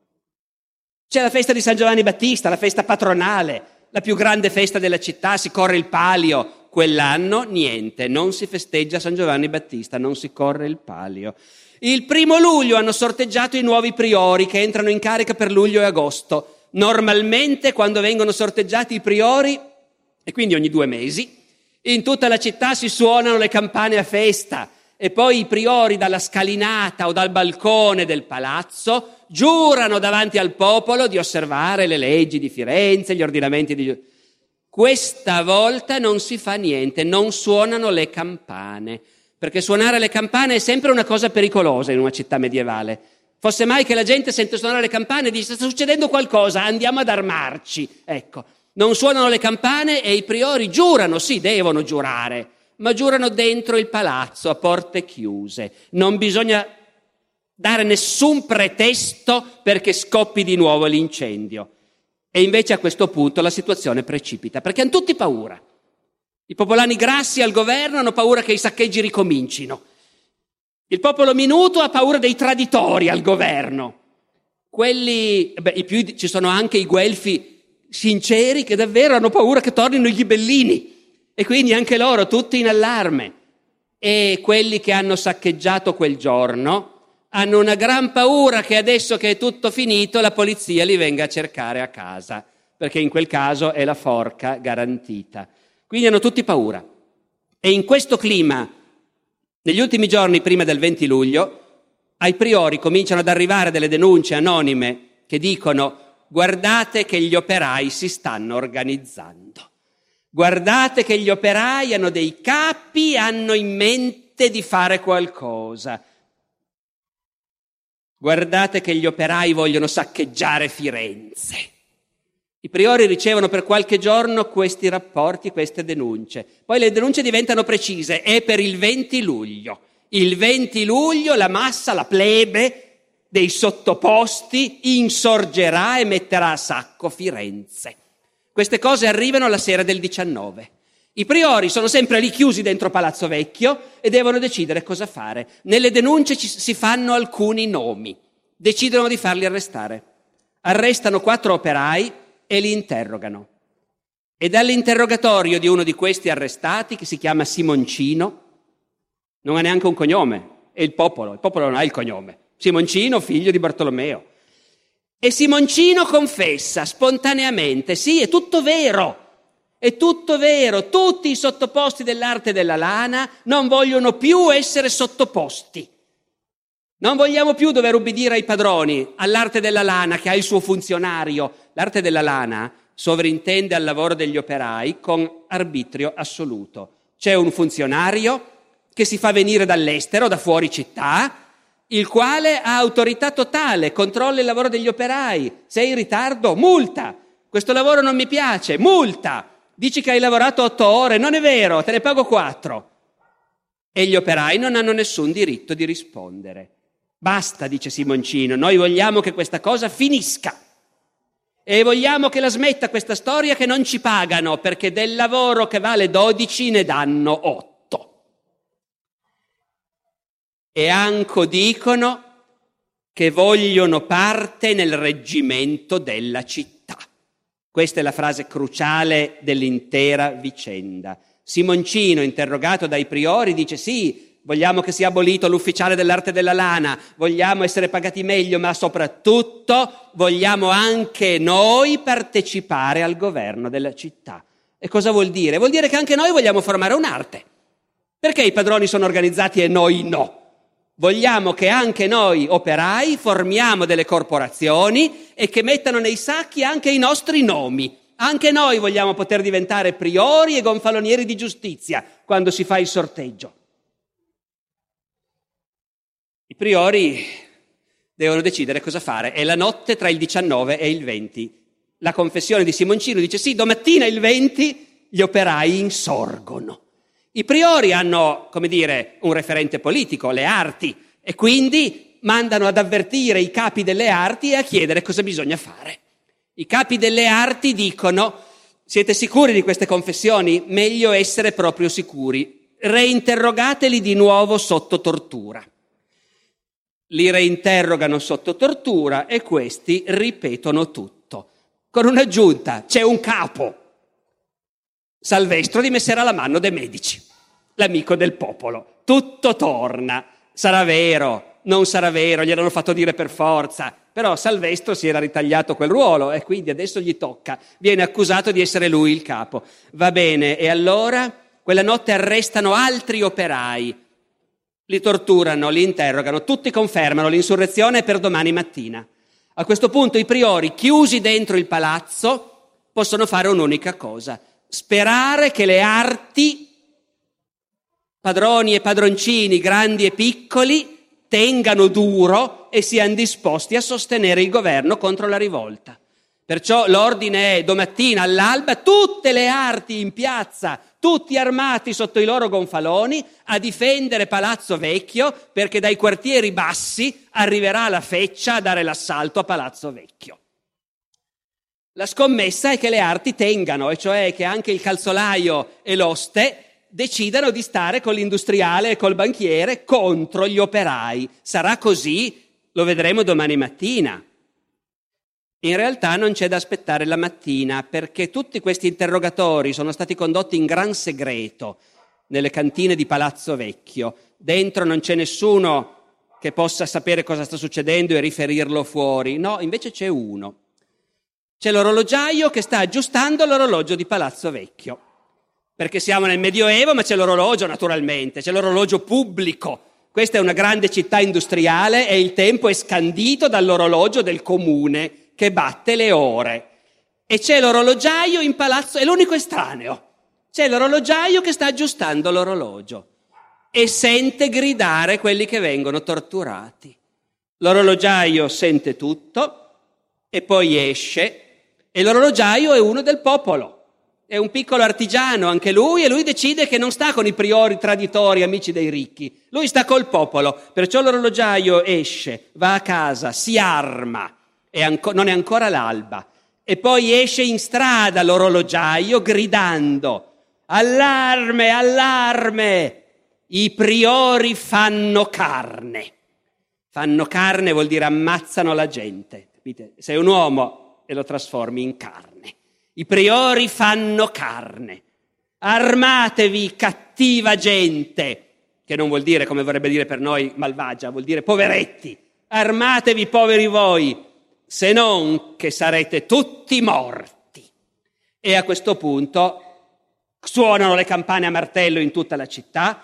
C'è la festa di San Giovanni Battista, la festa patronale, la più grande festa della città, si corre il palio. Quell'anno niente, non si festeggia San Giovanni Battista, non si corre il palio. Il primo luglio hanno sorteggiato i nuovi priori che entrano in carica per luglio e agosto. Normalmente quando vengono sorteggiati i priori, e quindi ogni due mesi, in tutta la città si suonano le campane a festa e poi i priori dalla scalinata o dal balcone del palazzo giurano davanti al popolo di osservare le leggi di Firenze, gli ordinamenti di... Questa volta non si fa niente, non suonano le campane, perché suonare le campane è sempre una cosa pericolosa in una città medievale. Fosse mai che la gente sente suonare le campane e dice sta succedendo qualcosa, andiamo ad armarci. Ecco, non suonano le campane e i priori giurano, sì, devono giurare, ma giurano dentro il palazzo a porte chiuse. Non bisogna dare nessun pretesto perché scoppi di nuovo l'incendio. E invece a questo punto la situazione precipita, perché hanno tutti paura. I popolani grassi al governo hanno paura che i saccheggi ricomincino. Il popolo minuto ha paura dei traditori al governo. Quelli, beh, i più, ci sono anche i guelfi sinceri che davvero hanno paura che tornino i ghibellini. E quindi anche loro tutti in allarme. E quelli che hanno saccheggiato quel giorno hanno una gran paura che adesso che è tutto finito la polizia li venga a cercare a casa, perché in quel caso è la forca garantita. Quindi hanno tutti paura. E in questo clima, negli ultimi giorni prima del venti luglio, ai priori cominciano ad arrivare delle denunce anonime che dicono guardate che gli operai si stanno organizzando, guardate che gli operai hanno dei capi, hanno in mente di fare qualcosa. Guardate che gli operai vogliono saccheggiare Firenze. I priori ricevono per qualche giorno questi rapporti, queste denunce. Poi le denunce diventano precise. È per il venti luglio. Il venti luglio la massa, la plebe dei sottoposti insorgerà e metterà a sacco Firenze. Queste cose arrivano la sera del diciannove. I priori sono sempre lì chiusi dentro Palazzo Vecchio e devono decidere cosa fare. Nelle denunce ci, si fanno alcuni nomi. Decidono di farli arrestare. Arrestano quattro operai e li interrogano. E dall'interrogatorio di uno di questi arrestati, che si chiama Simoncino, non ha neanche un cognome, è il popolo, il popolo non ha il cognome. Simoncino, figlio di Bartolomeo. E Simoncino confessa spontaneamente, sì, è tutto vero. È tutto vero, tutti i sottoposti dell'arte della lana non vogliono più essere sottoposti. Non vogliamo più dover ubbidire ai padroni, all'arte della lana che ha il suo funzionario. L'arte della lana sovrintende al lavoro degli operai con arbitrio assoluto. C'è un funzionario che si fa venire dall'estero, da fuori città, il quale ha autorità totale, controlla il lavoro degli operai. Sei in ritardo? Multa! Questo lavoro non mi piace? Multa! Dici che hai lavorato otto ore? Non è vero, te ne pago quattro. E gli operai non hanno nessun diritto di rispondere. Basta, dice Simoncino, noi vogliamo che questa cosa finisca e vogliamo che la smetta questa storia che non ci pagano perché del lavoro che vale dodici ne danno otto. E anco dicono che vogliono parte nel reggimento della città. Questa è la frase cruciale dell'intera vicenda. Simoncino, interrogato dai priori, dice sì, vogliamo che sia abolito l'ufficiale dell'arte della lana, vogliamo essere pagati meglio, ma soprattutto vogliamo anche noi partecipare al governo della città. E cosa vuol dire? Vuol dire che anche noi vogliamo formare un'arte. Perché i padroni sono organizzati e noi no? Vogliamo che anche noi operai formiamo delle corporazioni e che mettano nei sacchi anche i nostri nomi. Anche noi vogliamo poter diventare priori e gonfalonieri di giustizia quando si fa il sorteggio. I priori devono decidere cosa fare. È la notte tra il diciannove e il venti. La confessione di Simoncino dice sì, domattina il venti gli operai insorgono. I priori hanno, come dire, un referente politico, le arti, e quindi mandano ad avvertire i capi delle arti e a chiedere cosa bisogna fare. I capi delle arti dicono: siete sicuri di queste confessioni? Meglio essere proprio sicuri. Reinterrogateli di nuovo sotto tortura. Li reinterrogano sotto tortura e questi ripetono tutto. Con un'aggiunta: c'è un capo, Salvestro di Messer Alamanno de' Medici, l'amico del popolo. Tutto torna. Sarà vero, non sarà vero, gliel'hanno fatto dire per forza. Però Salvestro si era ritagliato quel ruolo e quindi adesso gli tocca. Viene accusato di essere lui il capo. Va bene, e allora quella notte arrestano altri operai. Li torturano, li interrogano, tutti confermano l'insurrezione per domani mattina. A questo punto i priori, chiusi dentro il palazzo, possono fare un'unica cosa: sperare che le arti, padroni e padroncini, grandi e piccoli, tengano duro e siano disposti a sostenere il governo contro la rivolta. Perciò l'ordine è: domattina all'alba tutte le arti in piazza, tutti armati sotto i loro gonfaloni, a difendere Palazzo Vecchio, perché dai quartieri bassi arriverà la feccia a dare l'assalto a Palazzo Vecchio. La scommessa è che le arti tengano, e cioè che anche il calzolaio e l'oste decidano di stare con l'industriale e col banchiere contro gli operai. Sarà così, lo vedremo domani mattina. In realtà non c'è da aspettare la mattina, perché tutti questi interrogatori sono stati condotti in gran segreto nelle cantine di Palazzo Vecchio. Dentro non c'è nessuno che possa sapere cosa sta succedendo e riferirlo fuori. No, invece c'è uno. C'è l'orologiaio che sta aggiustando l'orologio di Palazzo Vecchio. Perché siamo nel Medioevo, ma c'è l'orologio naturalmente, c'è l'orologio pubblico. Questa è una grande città industriale e il tempo è scandito dall'orologio del comune che batte le ore. E c'è l'orologiaio in palazzo, è l'unico estraneo. C'è l'orologiaio che sta aggiustando l'orologio e sente gridare quelli che vengono torturati. L'orologiaio sente tutto e poi esce, e l'orologiaio è uno del popolo. È un piccolo artigiano anche lui, e lui decide che non sta con i priori traditori, amici dei ricchi. Lui sta col popolo. Perciò l'orologiaio esce, va a casa, si arma, e anco- non è ancora l'alba. E poi esce in strada l'orologiaio gridando: allarme, allarme, i priori fanno carne. Fanno carne vuol dire ammazzano la gente. Capite? Sei un uomo e lo trasformi in carne. I priori fanno carne. Armatevi, cattiva gente, che non vuol dire, come vorrebbe dire per noi, malvagia, vuol dire poveretti. Armatevi, poveri voi, se non che sarete tutti morti. E a questo punto suonano le campane a martello in tutta la città,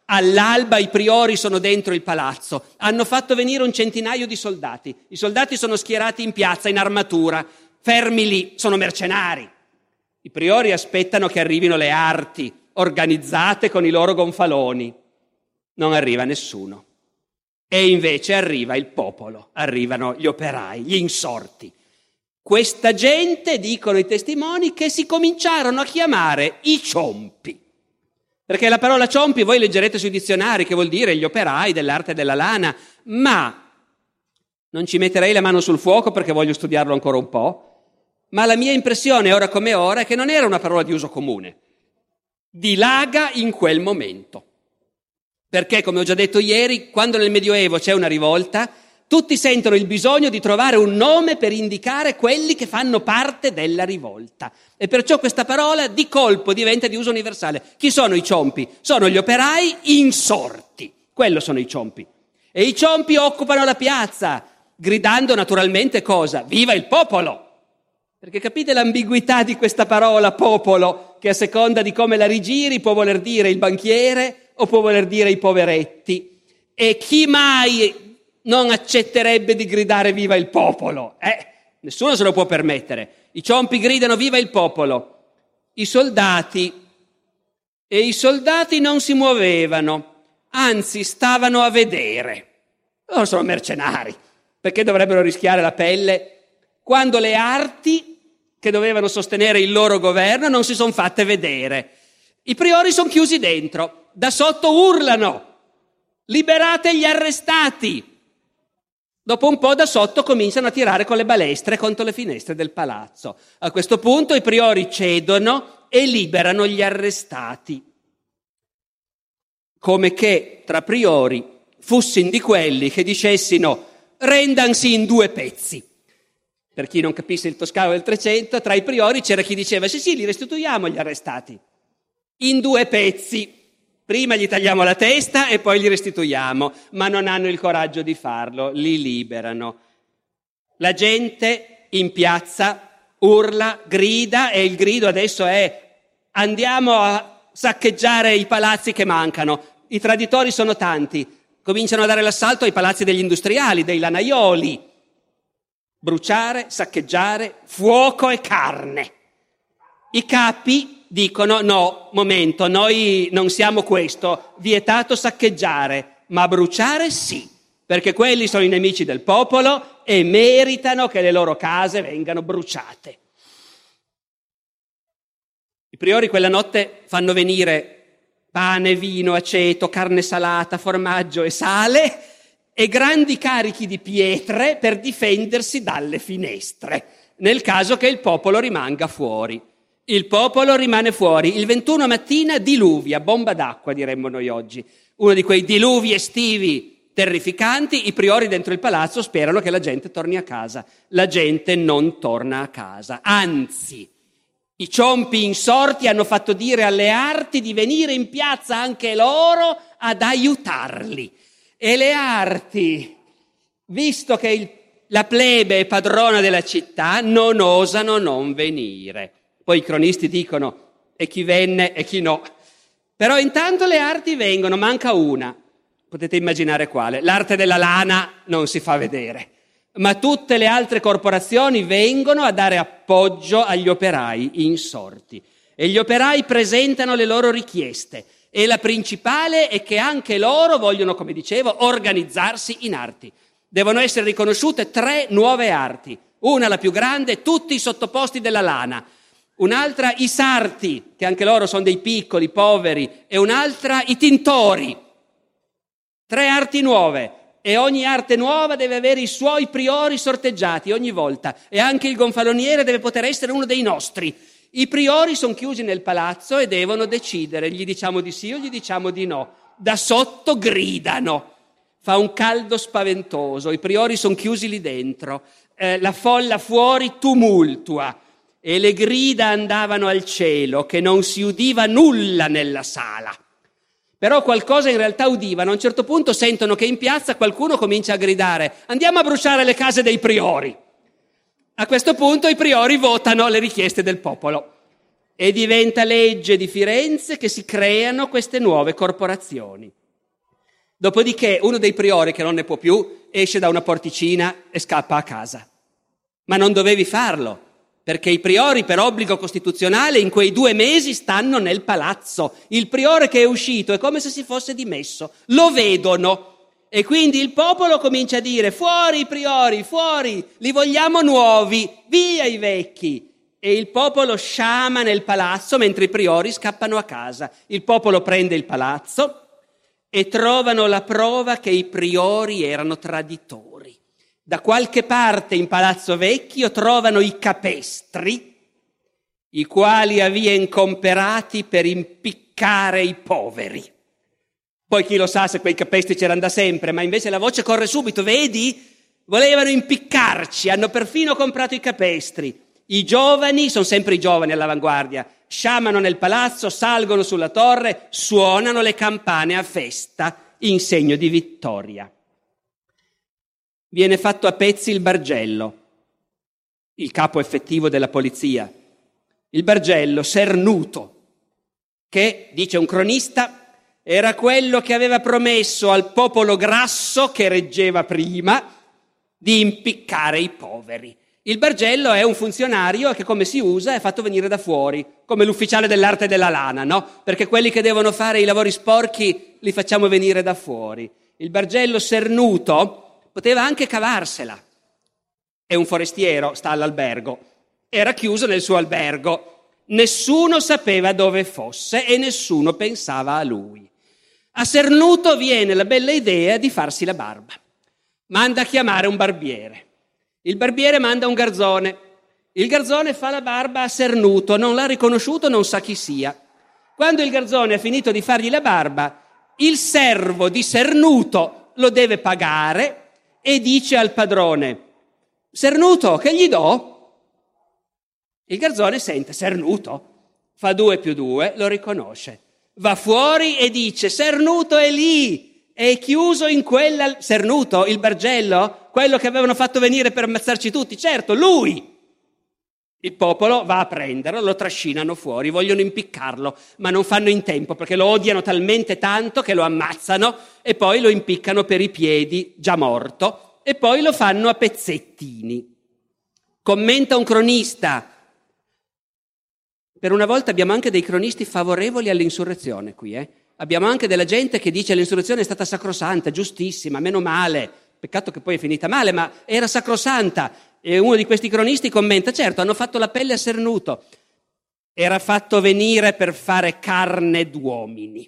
All'alba i priori sono dentro il palazzo, hanno fatto venire un centinaio di soldati. I soldati sono schierati in piazza, in armatura, fermi lì, sono mercenari. I priori aspettano che arrivino le arti, organizzate con i loro gonfaloni. Non arriva nessuno. E invece arriva il popolo, arrivano gli operai, gli insorti. Questa gente, dicono i testimoni, che si cominciarono a chiamare i ciompi. Perché la parola ciompi voi leggerete sui dizionari, che vuol dire gli operai dell'arte della lana, ma non ci metterei la mano sul fuoco perché voglio studiarlo ancora un po', ma la mia impressione, ora come ora, è che non era una parola di uso comune. Dilaga in quel momento. Perché, come ho già detto ieri, quando nel Medioevo c'è una rivolta, tutti sentono il bisogno di trovare un nome per indicare quelli che fanno parte della rivolta. E perciò questa parola di colpo diventa di uso universale. Chi sono i ciompi? Sono gli operai insorti. Quello sono i ciompi. E i ciompi occupano la piazza, gridando naturalmente cosa? Viva il popolo! Perché capite l'ambiguità di questa parola popolo, che a seconda di come la rigiri può voler dire il banchiere o può voler dire i poveretti. E chi mai non accetterebbe di gridare viva il popolo? Eh, nessuno se lo può permettere. I ciompi gridano viva il popolo. I soldati, e i soldati non si muovevano, anzi stavano a vedere. Loro sono mercenari, perché dovrebbero rischiare la pelle quando le arti che dovevano sostenere il loro governo non si sono fatte vedere. I priori sono chiusi dentro, da sotto urlano: liberate gli arrestati! Dopo un po' da sotto cominciano a tirare con le balestre contro le finestre del palazzo. A questo punto i priori cedono e liberano gli arrestati. Come che tra priori fussin di quelli che dicessino rendansi in due pezzi. Per chi non capisse il toscano del Trecento, tra i priori c'era chi diceva sì sì, li restituiamo gli arrestati. In due pezzi. Prima gli tagliamo la testa e poi li restituiamo, ma non hanno il coraggio di farlo, li liberano. La gente in piazza urla, grida, e il grido adesso è: andiamo a saccheggiare i palazzi che mancano. I traditori sono tanti, cominciano a dare l'assalto ai palazzi degli industriali, dei lanaioli. Bruciare, saccheggiare, fuoco e carne. I capi dicono no, momento, noi non siamo questo, vietato saccheggiare, ma bruciare sì, perché quelli sono i nemici del popolo e meritano che le loro case vengano bruciate. I priori quella notte fanno venire pane, vino, aceto, carne salata, formaggio e sale e grandi carichi di pietre per difendersi dalle finestre, nel caso che il popolo rimanga fuori. Il popolo rimane fuori. Il ventuno mattina diluvia, bomba d'acqua diremmo noi oggi. Uno di quei diluvi estivi terrificanti. I priori dentro il palazzo sperano che la gente torni a casa. La gente non torna a casa. Anzi, i ciompi insorti hanno fatto dire alle arti di venire in piazza anche loro ad aiutarli. E le arti, visto che il, la plebe è padrona della città, non osano non venire. Poi i cronisti dicono e chi venne e chi no. Però intanto le arti vengono, manca una. Potete immaginare quale. L'arte della lana non si fa vedere. Ma tutte le altre corporazioni vengono a dare appoggio agli operai insorti. E gli operai presentano le loro richieste. E la principale è che anche loro vogliono, come dicevo, organizzarsi in arti. Devono essere riconosciute tre nuove arti. Una, la più grande, tutti i sottoposti della lana. Un'altra i sarti, che anche loro sono dei piccoli, poveri, e un'altra i tintori. Tre arti nuove, e ogni arte nuova deve avere i suoi priori sorteggiati ogni volta, e anche il gonfaloniere deve poter essere uno dei nostri. I priori sono chiusi nel palazzo e devono decidere, gli diciamo di sì o gli diciamo di no. Da sotto gridano, fa un caldo spaventoso, i priori sono chiusi lì dentro, eh, la folla fuori tumultua. E le grida andavano al cielo, che non si udiva nulla nella sala. Però qualcosa in realtà udivano. A un certo punto sentono che in piazza qualcuno comincia a gridare: andiamo a bruciare le case dei priori. A questo punto i priori votano le richieste del popolo. E diventa legge di Firenze che si creano queste nuove corporazioni. Dopodiché uno dei priori, che non ne può più, esce da una porticina e scappa a casa. Ma non dovevi farlo, perché i priori per obbligo costituzionale in quei due mesi stanno nel palazzo. Il priore che è uscito è come se si fosse dimesso, lo vedono. E quindi il popolo comincia a dire: fuori i priori, fuori, li vogliamo nuovi, via i vecchi. E il popolo sciama nel palazzo mentre i priori scappano a casa. Il popolo prende il palazzo e trovano la prova che i priori erano traditori. Da qualche parte in Palazzo Vecchio trovano i capestri, i quali avevano comperati per impiccare i poveri. Poi chi lo sa se quei capestri c'erano da sempre, ma invece la voce corre subito, vedi? Volevano impiccarci, hanno perfino comprato i capestri. I giovani, sono sempre i giovani all'avanguardia, sciamano nel palazzo, salgono sulla torre, suonano le campane a festa in segno di vittoria. Viene fatto a pezzi il Bargello, il capo effettivo della polizia. Il Bargello, Sernuto, che, dice un cronista, era quello che aveva promesso al popolo grasso che reggeva prima di impiccare i poveri. Il Bargello è un funzionario che, come si usa, è fatto venire da fuori, come l'ufficiale dell'arte della lana, no? Perché quelli che devono fare i lavori sporchi li facciamo venire da fuori. Il Bargello Sernuto poteva anche cavarsela. È un forestiero, sta all'albergo. Era chiuso nel suo albergo. Nessuno sapeva dove fosse e nessuno pensava a lui. A Sernuto viene la bella idea di farsi la barba. Manda a chiamare un barbiere. Il barbiere manda un garzone. Il garzone fa la barba a Sernuto, non l'ha riconosciuto, non sa chi sia. Quando il garzone ha finito di fargli la barba, il servo di Sernuto lo deve pagare e dice al padrone: Sernuto, che gli do? Il garzone sente Sernuto, fa due più due, lo riconosce. Va fuori e dice: Sernuto è lì, è chiuso in quella... Sernuto, il Bargello, quello che avevano fatto venire per ammazzarci tutti, certo, lui! Il popolo va a prenderlo, lo trascinano fuori, vogliono impiccarlo, ma non fanno in tempo perché lo odiano talmente tanto che lo ammazzano e poi lo impiccano per i piedi, già morto, e poi lo fanno a pezzettini. Commenta un cronista: per una volta abbiamo anche dei cronisti favorevoli all'insurrezione qui, eh? Abbiamo anche della gente che dice l'insurrezione è stata sacrosanta, giustissima, meno male, peccato che poi è finita male, ma era sacrosanta. E uno di questi cronisti commenta: certo, hanno fatto la pelle a Sernuto, era fatto venire per fare carne d'uomini.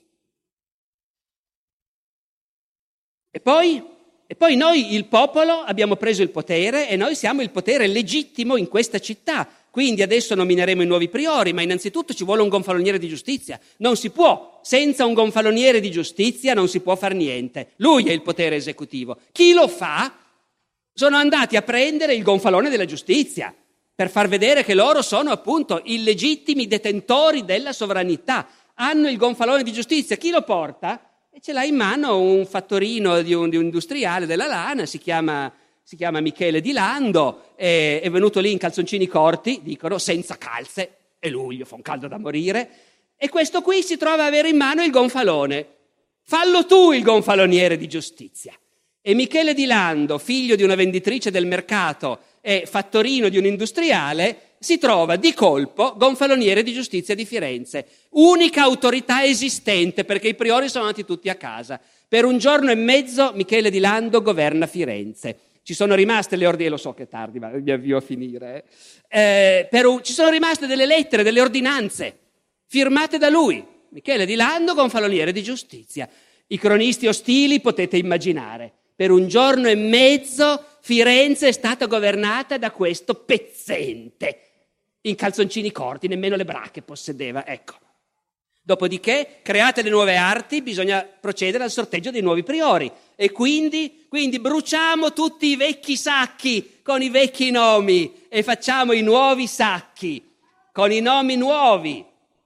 E poi, e poi noi, il popolo, abbiamo preso il potere e noi siamo il potere legittimo in questa città. Quindi adesso nomineremo i nuovi priori, ma innanzitutto ci vuole un gonfaloniere di giustizia. Non si può, senza un gonfaloniere di giustizia non si può far niente. Lui è il potere esecutivo. Chi lo fa? Sono andati a prendere il gonfalone della giustizia per far vedere che loro sono appunto illegittimi detentori della sovranità. Hanno il gonfalone di giustizia. Chi lo porta? E ce l'ha in mano un fattorino di un, di un industriale della lana, si chiama... Si chiama Michele Di Lando, è, è venuto lì in calzoncini corti, dicono, senza calze, è luglio, fa un caldo da morire, e questo qui si trova a avere in mano il gonfalone. Fallo tu il gonfaloniere di giustizia. E Michele Di Lando, figlio di una venditrice del mercato e fattorino di un industriale, si trova di colpo gonfaloniere di giustizia di Firenze, unica autorità esistente perché i priori sono andati tutti a casa. Per un giorno e mezzo Michele Di Lando governa Firenze. Ci sono rimaste le ordinanze, lo so che è tardi, ma mi avvio a finire. Eh. Eh, per un, ci sono rimaste delle lettere, delle ordinanze firmate da lui, Michele Di Lando, gonfaloniere di giustizia. I cronisti ostili potete immaginare. Per un giorno e mezzo Firenze è stata governata da questo pezzente, in calzoncini corti, nemmeno le bracche possedeva, ecco. Dopodiché, create le nuove arti, bisogna procedere al sorteggio dei nuovi priori e quindi, quindi bruciamo tutti i vecchi sacchi con i vecchi nomi e facciamo i nuovi sacchi con i nomi nuovi.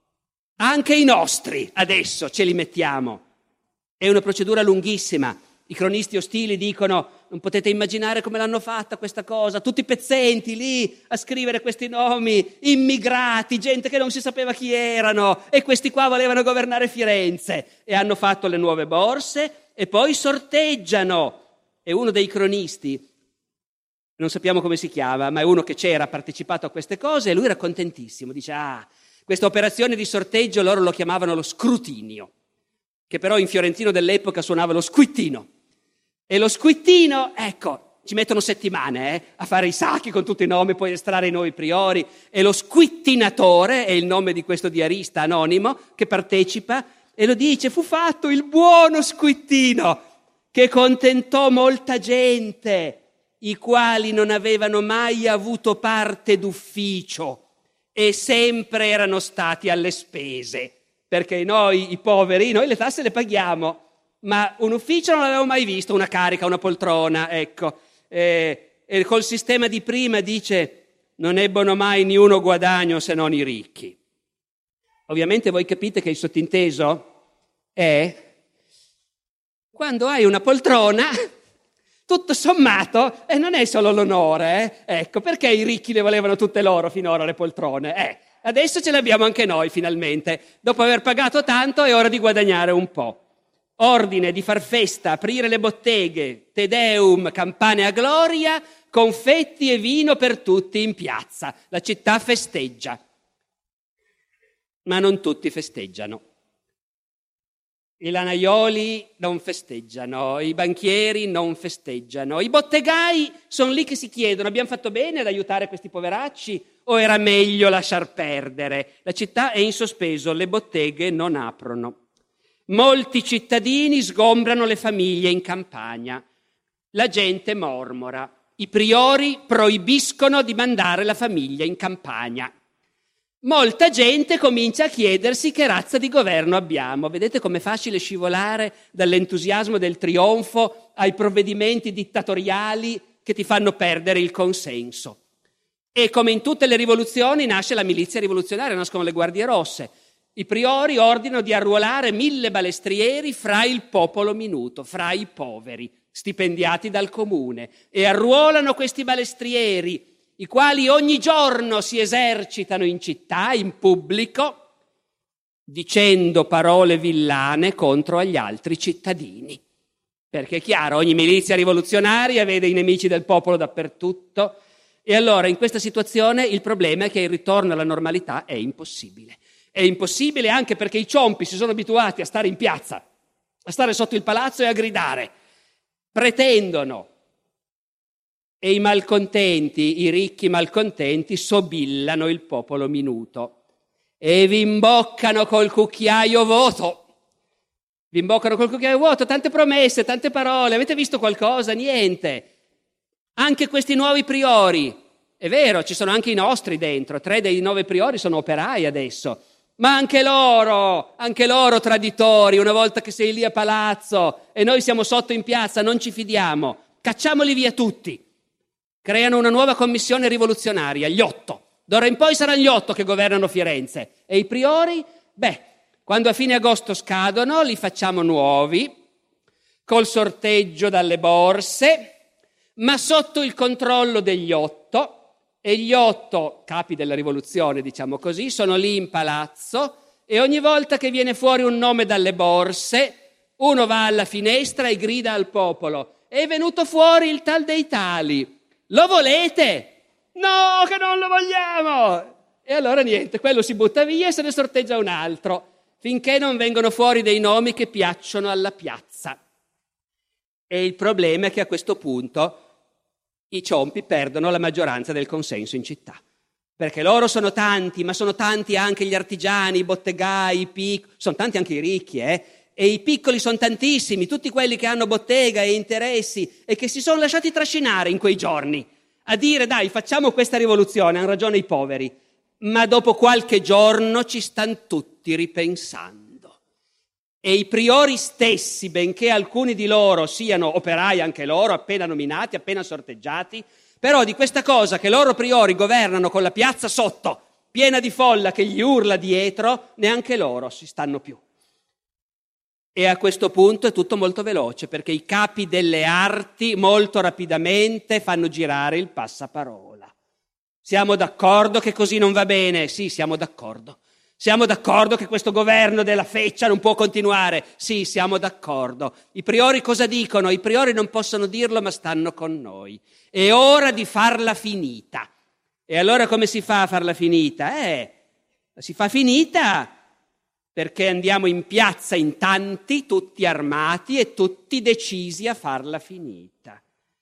Anche i nostri adesso ce li mettiamo. È una procedura lunghissima. I cronisti ostili dicono: non potete immaginare come l'hanno fatta questa cosa, tutti pezzenti lì a scrivere questi nomi, immigrati, gente che non si sapeva chi erano, e questi qua volevano governare Firenze. E hanno fatto le nuove borse e poi sorteggiano. E uno dei cronisti, non sappiamo come si chiama, ma è uno che c'era, ha partecipato a queste cose, e lui era contentissimo. Dice, ah, questa operazione di sorteggio loro lo chiamavano lo scrutinio, che però in fiorentino dell'epoca suonava lo squittino. E lo squittino, ecco, ci mettono settimane eh, a fare i sacchi con tutti i nomi, poi estrarre i nuovi priori. E lo squittinatore è il nome di questo diarista anonimo che partecipa e lo dice: fu fatto il buono squittino che contentò molta gente, i quali non avevano mai avuto parte d'ufficio e sempre erano stati alle spese, perché noi, i poveri, noi le tasse le paghiamo, ma un ufficio non l'avevo mai visto, una carica, una poltrona, ecco. E, e col sistema di prima dice: non ebbono mai ni uno guadagno se non i ricchi. Ovviamente voi capite che il sottinteso è: quando hai una poltrona, tutto sommato, e eh, non è solo l'onore, eh? Ecco, perché i ricchi le volevano tutte loro finora le poltrone? Eh, adesso ce le abbiamo anche noi finalmente, dopo aver pagato tanto è ora di guadagnare un po'. Ordine di far festa, aprire le botteghe, Te Deum, campane a gloria, confetti e vino per tutti in piazza. La città festeggia, ma non tutti festeggiano. I lanaioli non festeggiano, i banchieri non festeggiano, i bottegai sono lì che si chiedono: abbiamo fatto bene ad aiutare questi poveracci o era meglio lasciar perdere? La città è in sospeso, le botteghe non aprono. Molti cittadini sgombrano le famiglie in campagna. La gente mormora. I priori proibiscono di mandare la famiglia in campagna. Molta gente comincia a chiedersi che razza di governo abbiamo. Vedete com'è facile scivolare dall'entusiasmo del trionfo ai provvedimenti dittatoriali che ti fanno perdere il consenso. E come in tutte le rivoluzioni nasce la milizia rivoluzionaria, nascono le guardie rosse. I priori ordinano di arruolare mille balestrieri fra il popolo minuto, fra i poveri, stipendiati dal comune, e arruolano questi balestrieri, i quali ogni giorno si esercitano in città, in pubblico, dicendo parole villane contro agli altri cittadini. Perché è chiaro, ogni milizia rivoluzionaria vede i nemici del popolo dappertutto, e allora in questa situazione il problema è che il ritorno alla normalità è impossibile. È impossibile anche perché i ciompi si sono abituati a stare in piazza, a stare sotto il palazzo e a gridare. Pretendono. E i malcontenti, i ricchi malcontenti, sobillano il popolo minuto e vi imboccano col cucchiaio vuoto. Vi imboccano col cucchiaio vuoto, tante promesse, tante parole. Avete visto qualcosa? Niente. Anche questi nuovi priori, è vero, ci sono anche i nostri dentro, tre dei nove priori sono operai adesso. Ma anche loro, anche loro traditori, una volta che sei lì a palazzo e noi siamo sotto in piazza, non ci fidiamo, cacciamoli via tutti. Creano una nuova commissione rivoluzionaria, gli otto. D'ora in poi saranno gli otto che governano Firenze. E i priori? Beh, quando a fine agosto scadono, li facciamo nuovi, col sorteggio dalle borse, ma sotto il controllo degli otto. E gli otto capi della rivoluzione, diciamo così, sono lì in palazzo e ogni volta che viene fuori un nome dalle borse, uno va alla finestra e grida al popolo: è venuto fuori il tal dei tali, lo volete? No, che non lo vogliamo! E allora niente, quello si butta via e se ne sorteggia un altro, finché non vengono fuori dei nomi che piacciono alla piazza. E il problema è che a questo punto i ciompi perdono la maggioranza del consenso in città, perché loro sono tanti, ma sono tanti anche gli artigiani, i bottegai, i piccoli, sono tanti anche i ricchi, eh? E i piccoli sono tantissimi, tutti quelli che hanno bottega e interessi e che si sono lasciati trascinare in quei giorni a dire: dai, facciamo questa rivoluzione, hanno ragione i poveri, ma dopo qualche giorno ci stanno tutti ripensando. E i priori stessi, benché alcuni di loro siano operai anche loro, appena nominati, appena sorteggiati, però di questa cosa che loro priori governano con la piazza sotto, piena di folla che gli urla dietro, neanche loro si stanno più. E a questo punto è tutto molto veloce, perché i capi delle arti molto rapidamente fanno girare il passaparola. Siamo d'accordo che così non va bene? Sì, siamo d'accordo. Siamo d'accordo che questo governo della feccia non può continuare? Sì, siamo d'accordo. I priori cosa dicono? I priori non possono dirlo, ma stanno con noi. È ora di farla finita. E allora come si fa a farla finita? Eh, si fa finita perché andiamo in piazza in tanti, tutti armati e tutti decisi a farla finita.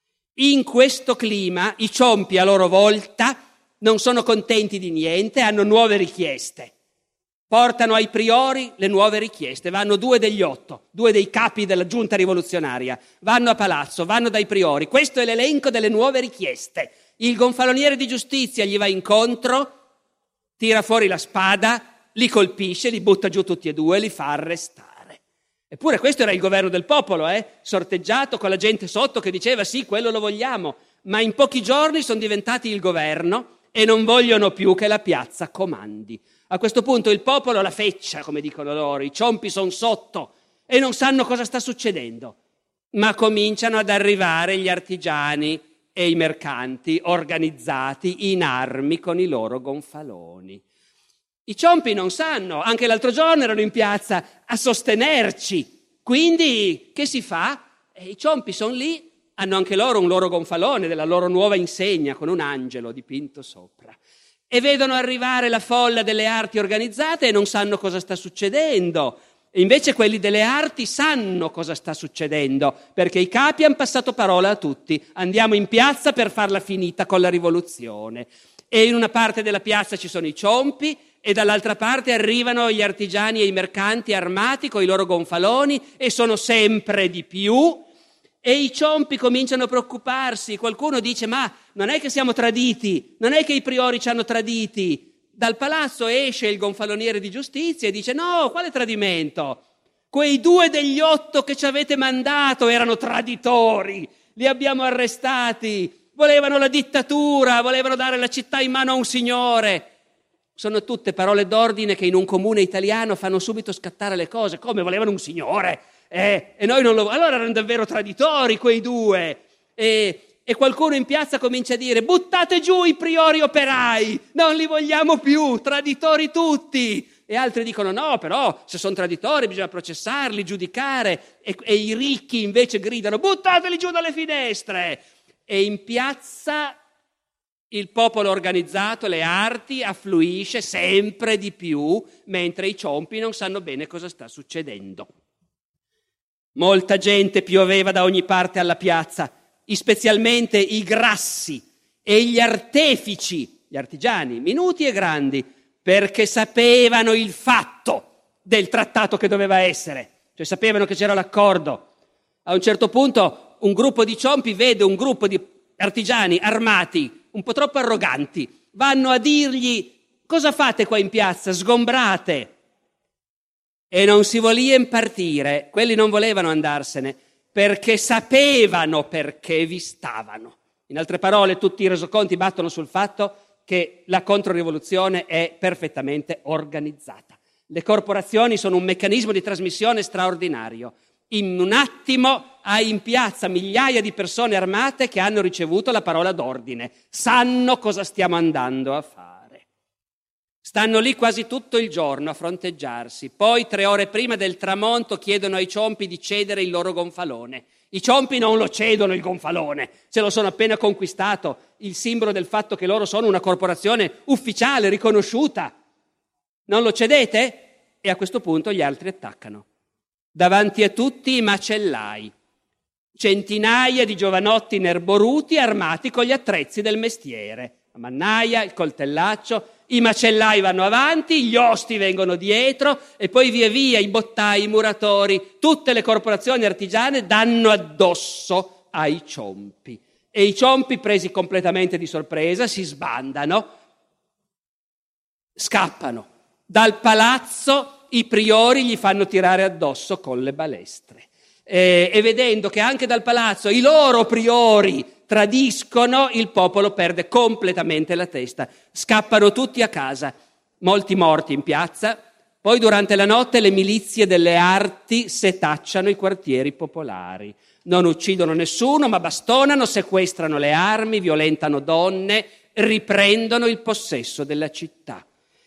In questo clima i ciompi a loro volta non sono contenti di niente, hanno nuove richieste. Portano ai priori le nuove richieste, vanno due degli otto, due dei capi della giunta rivoluzionaria, vanno a palazzo, vanno dai priori. Questo è l'elenco delle nuove richieste. Il gonfaloniere di giustizia gli va incontro, tira fuori la spada, li colpisce, li butta giù tutti e due, li fa arrestare. Eppure questo era il governo del popolo, eh? sorteggiato con la gente sotto che diceva sì, quello lo vogliamo, ma in pochi giorni sono diventati il governo e non vogliono più che la piazza comandi. A questo punto il popolo la feccia, come dicono loro, i ciompi sono sotto e non sanno cosa sta succedendo, ma cominciano ad arrivare gli artigiani e i mercanti organizzati in armi con i loro gonfaloni. I ciompi non sanno, anche l'altro giorno erano in piazza a sostenerci, quindi che si fa? E i ciompi sono lì, hanno anche loro un loro gonfalone della loro nuova insegna con un angelo dipinto sopra. E vedono arrivare la folla delle arti organizzate e non sanno cosa sta succedendo. E invece quelli delle arti sanno cosa sta succedendo, perché i capi hanno passato parola a tutti. Andiamo in piazza per farla finita con la rivoluzione. E in una parte della piazza ci sono i ciompi e dall'altra parte arrivano gli artigiani e i mercanti armati con i loro gonfaloni e sono sempre di più. E i ciompi cominciano a preoccuparsi. Qualcuno dice, ma non è che siamo traditi, non è che i priori ci hanno traditi. Dal palazzo esce il gonfaloniere di giustizia e dice, no, quale tradimento? Quei due degli otto che ci avete mandato erano traditori, li abbiamo arrestati, volevano la dittatura, volevano dare la città in mano a un signore. Sono tutte parole d'ordine che in un comune italiano fanno subito scattare le cose. Come volevano un signore? Eh, e noi non lo... Allora erano davvero traditori quei due. E, e qualcuno in piazza comincia a dire, buttate giù i priori operai, non li vogliamo più, traditori tutti. E altri dicono, no, però se sono traditori bisogna processarli, giudicare. E, e i ricchi invece gridano, buttateli giù dalle finestre. E in piazza il popolo organizzato, le arti, affluisce sempre di più, mentre i ciompi non sanno bene cosa sta succedendo. Molta gente pioveva da ogni parte alla piazza, specialmente i grassi e gli artefici, gli artigiani, minuti e grandi, perché sapevano il fatto del trattato che doveva essere, cioè sapevano che c'era l'accordo. A un certo punto un gruppo di ciompi vede un gruppo di artigiani armati, un po' troppo arroganti, vanno a dirgli, cosa fate qua in piazza, sgombrate? E non si volien partire, quelli non volevano andarsene, perché sapevano perché vi stavano. In altre parole, tutti i resoconti battono sul fatto che la controrivoluzione è perfettamente organizzata. Le corporazioni sono un meccanismo di trasmissione straordinario. In un attimo hai in piazza migliaia di persone armate che hanno ricevuto la parola d'ordine, sanno cosa stiamo andando a fare. Stanno lì quasi tutto il giorno a fronteggiarsi, poi tre ore prima del tramonto chiedono ai ciompi di cedere il loro gonfalone. I ciompi non lo cedono il gonfalone, se lo sono appena conquistato, il simbolo del fatto che loro sono una corporazione ufficiale, riconosciuta. Non lo cedete? E a questo punto gli altri attaccano. Davanti a tutti i macellai, centinaia di giovanotti nerboruti armati con gli attrezzi del mestiere, la mannaia, il coltellaccio. I macellai vanno avanti, gli osti vengono dietro e poi via via i bottai, i muratori, tutte le corporazioni artigiane danno addosso ai ciompi. E i ciompi, presi completamente di sorpresa, si sbandano, scappano. Dal palazzo i priori gli fanno tirare addosso con le balestre. E, e vedendo che anche dal palazzo i loro priori tradiscono, il popolo perde completamente la testa. Scappano tutti a casa, molti morti in piazza. Poi durante la notte le milizie delle arti setacciano i quartieri popolari. Non uccidono nessuno, ma bastonano, sequestrano le armi, violentano donne, riprendono il possesso della città.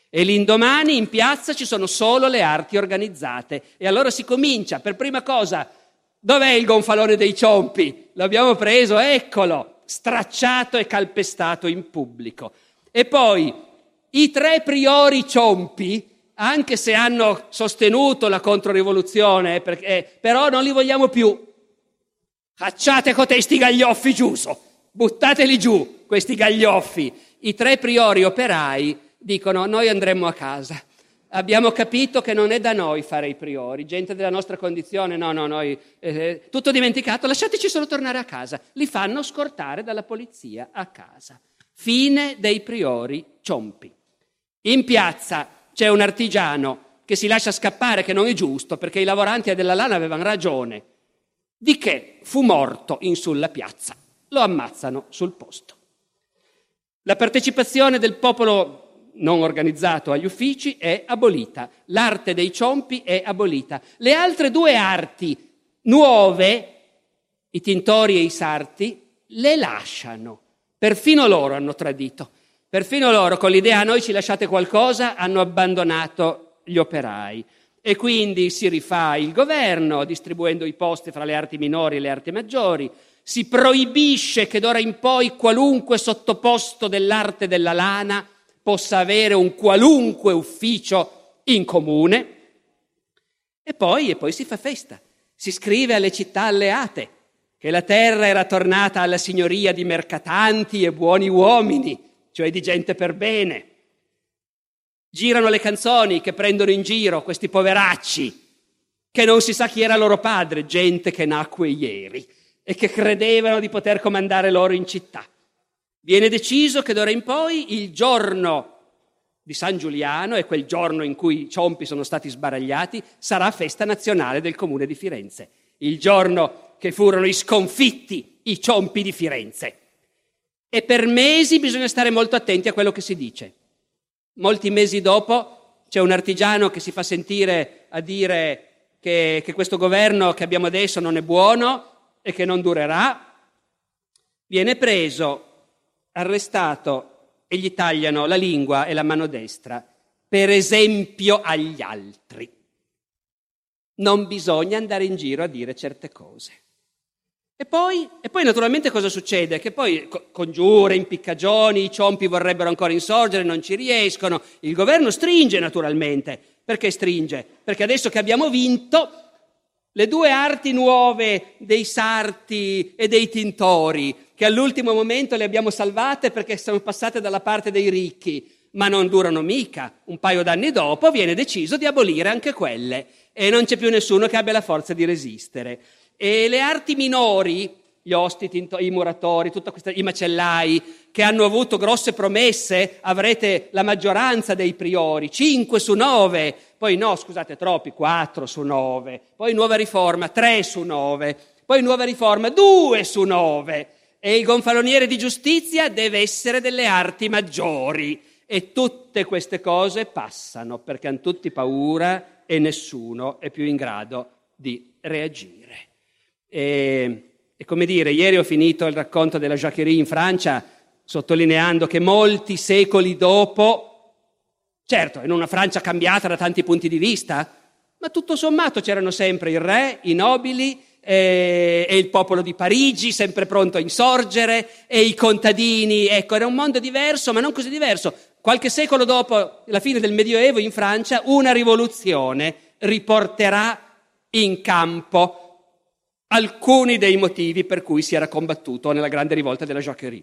E l'indomani in piazza ci sono solo le arti organizzate. E allora si comincia, per prima cosa, dov'è il gonfalone dei ciompi? L'abbiamo preso, eccolo, stracciato e calpestato in pubblico. E poi i tre priori ciompi, anche se hanno sostenuto la controrivoluzione, perché, però non li vogliamo più. Cacciate cotesti gaglioffi giù, so, buttateli giù, questi gaglioffi. I tre priori operai dicono: noi andremmo a casa, abbiamo capito che non è da noi fare i priori, gente della nostra condizione, no, no, noi, eh, tutto dimenticato, lasciateci solo tornare a casa. Li fanno scortare dalla polizia a casa. Fine dei priori ciompi. In piazza c'è un artigiano che si lascia scappare, che non è giusto, perché i lavoranti della lana avevano ragione, di che fu morto in sulla piazza. Lo ammazzano sul posto. La partecipazione del popolo non organizzato agli uffici è abolita. L'arte dei ciompi è abolita. Le altre due arti nuove, i tintori e i sarti, le lasciano. Perfino loro hanno tradito. Perfino loro, con l'idea: a noi ci lasciate qualcosa, hanno abbandonato gli operai. E quindi si rifà il governo, distribuendo i posti fra le arti minori e le arti maggiori. Si proibisce che d'ora in poi qualunque sottoposto dell'arte della lana possa avere un qualunque ufficio in comune. E poi, e poi si fa festa. Si scrive alle città alleate che la terra era tornata alla signoria di mercatanti e buoni uomini, cioè di gente per bene. Girano le canzoni che prendono in giro questi poveracci, che non si sa chi era loro padre, gente che nacque ieri e che credevano di poter comandare loro in città. Viene deciso che d'ora in poi il giorno di San Giuliano, e quel giorno in cui i ciompi sono stati sbaragliati, sarà festa nazionale del comune di Firenze. Il giorno che furono i sconfitti, i ciompi di Firenze. E per mesi bisogna stare molto attenti a quello che si dice. Molti mesi dopo c'è un artigiano che si fa sentire a dire che, che questo governo che abbiamo adesso non è buono e che non durerà. Viene preso, arrestato, e gli tagliano la lingua e la mano destra, per esempio agli altri. Non bisogna andare in giro a dire certe cose. E poi, e poi naturalmente cosa succede? Che poi congiure, impiccagioni, i ciompi vorrebbero ancora insorgere, non ci riescono. Il governo stringe naturalmente. Perché stringe? Perché adesso che abbiamo vinto, le due arti nuove dei sarti e dei tintori, che all'ultimo momento le abbiamo salvate perché sono passate dalla parte dei ricchi, ma non durano mica. Un paio d'anni dopo viene deciso di abolire anche quelle e non c'è più nessuno che abbia la forza di resistere. E le arti minori, gli osti, i muratori, tutta questa, i macellai, che hanno avuto grosse promesse, avrete la maggioranza dei priori, cinque su nove, poi no, scusate, troppi, quattro su nove, poi nuova riforma, tre su nove, poi nuova riforma, due su nove, e il gonfaloniere di giustizia deve essere delle arti maggiori, e tutte queste cose passano, perché hanno tutti paura e nessuno è più in grado di reagire. E, e come dire, ieri ho finito il racconto della Jacquerie in Francia sottolineando che molti secoli dopo, certo, in una Francia cambiata da tanti punti di vista, ma tutto sommato c'erano sempre il re, i nobili e, e il popolo di Parigi sempre pronto a insorgere, e i contadini. Ecco, era un mondo diverso, ma non così diverso. Qualche secolo dopo la fine del Medioevo in Francia, una rivoluzione riporterà in campo alcuni dei motivi per cui si era combattuto nella grande rivolta della Jacquerie.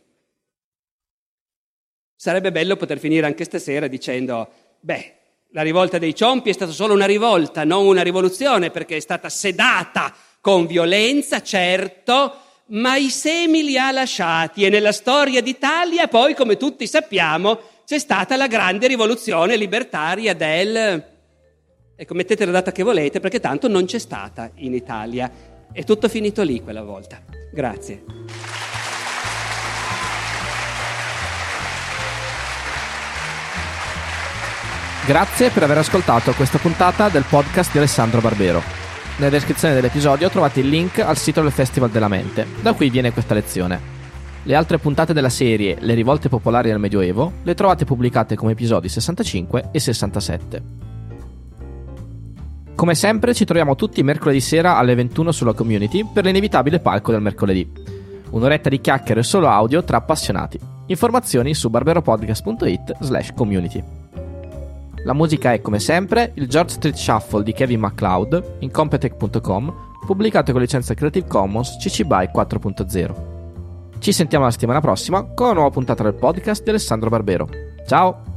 Sarebbe bello poter finire anche stasera dicendo: beh, la rivolta dei ciompi è stata solo una rivolta, non una rivoluzione, perché è stata sedata con violenza, certo, ma i semi li ha lasciati, e nella storia d'Italia poi, come tutti sappiamo, c'è stata la grande rivoluzione libertaria del... Ecco, mettete la data che volete, perché tanto non c'è stata in Italia. È tutto finito lì quella volta. Grazie. Grazie per aver ascoltato questa puntata del podcast di Alessandro Barbero. Nella descrizione dell'episodio trovate il link al sito del Festival della Mente, da cui viene questa lezione. Le altre puntate della serie Le rivolte popolari del Medioevo le trovate pubblicate come episodi sessantacinque e sessantasette. Come sempre ci troviamo tutti mercoledì sera alle ventuno sulla Community per l'inevitabile palco del mercoledì. Un'oretta di chiacchiere solo audio tra appassionati. Informazioni su barberopodcast.it slash community. La musica è come sempre il George Street Shuffle di Kevin MacLeod in Competech punto com, pubblicato con licenza Creative Commons C C B Y quattro punto zero. Ci sentiamo la settimana prossima con una nuova puntata del podcast di Alessandro Barbero. Ciao!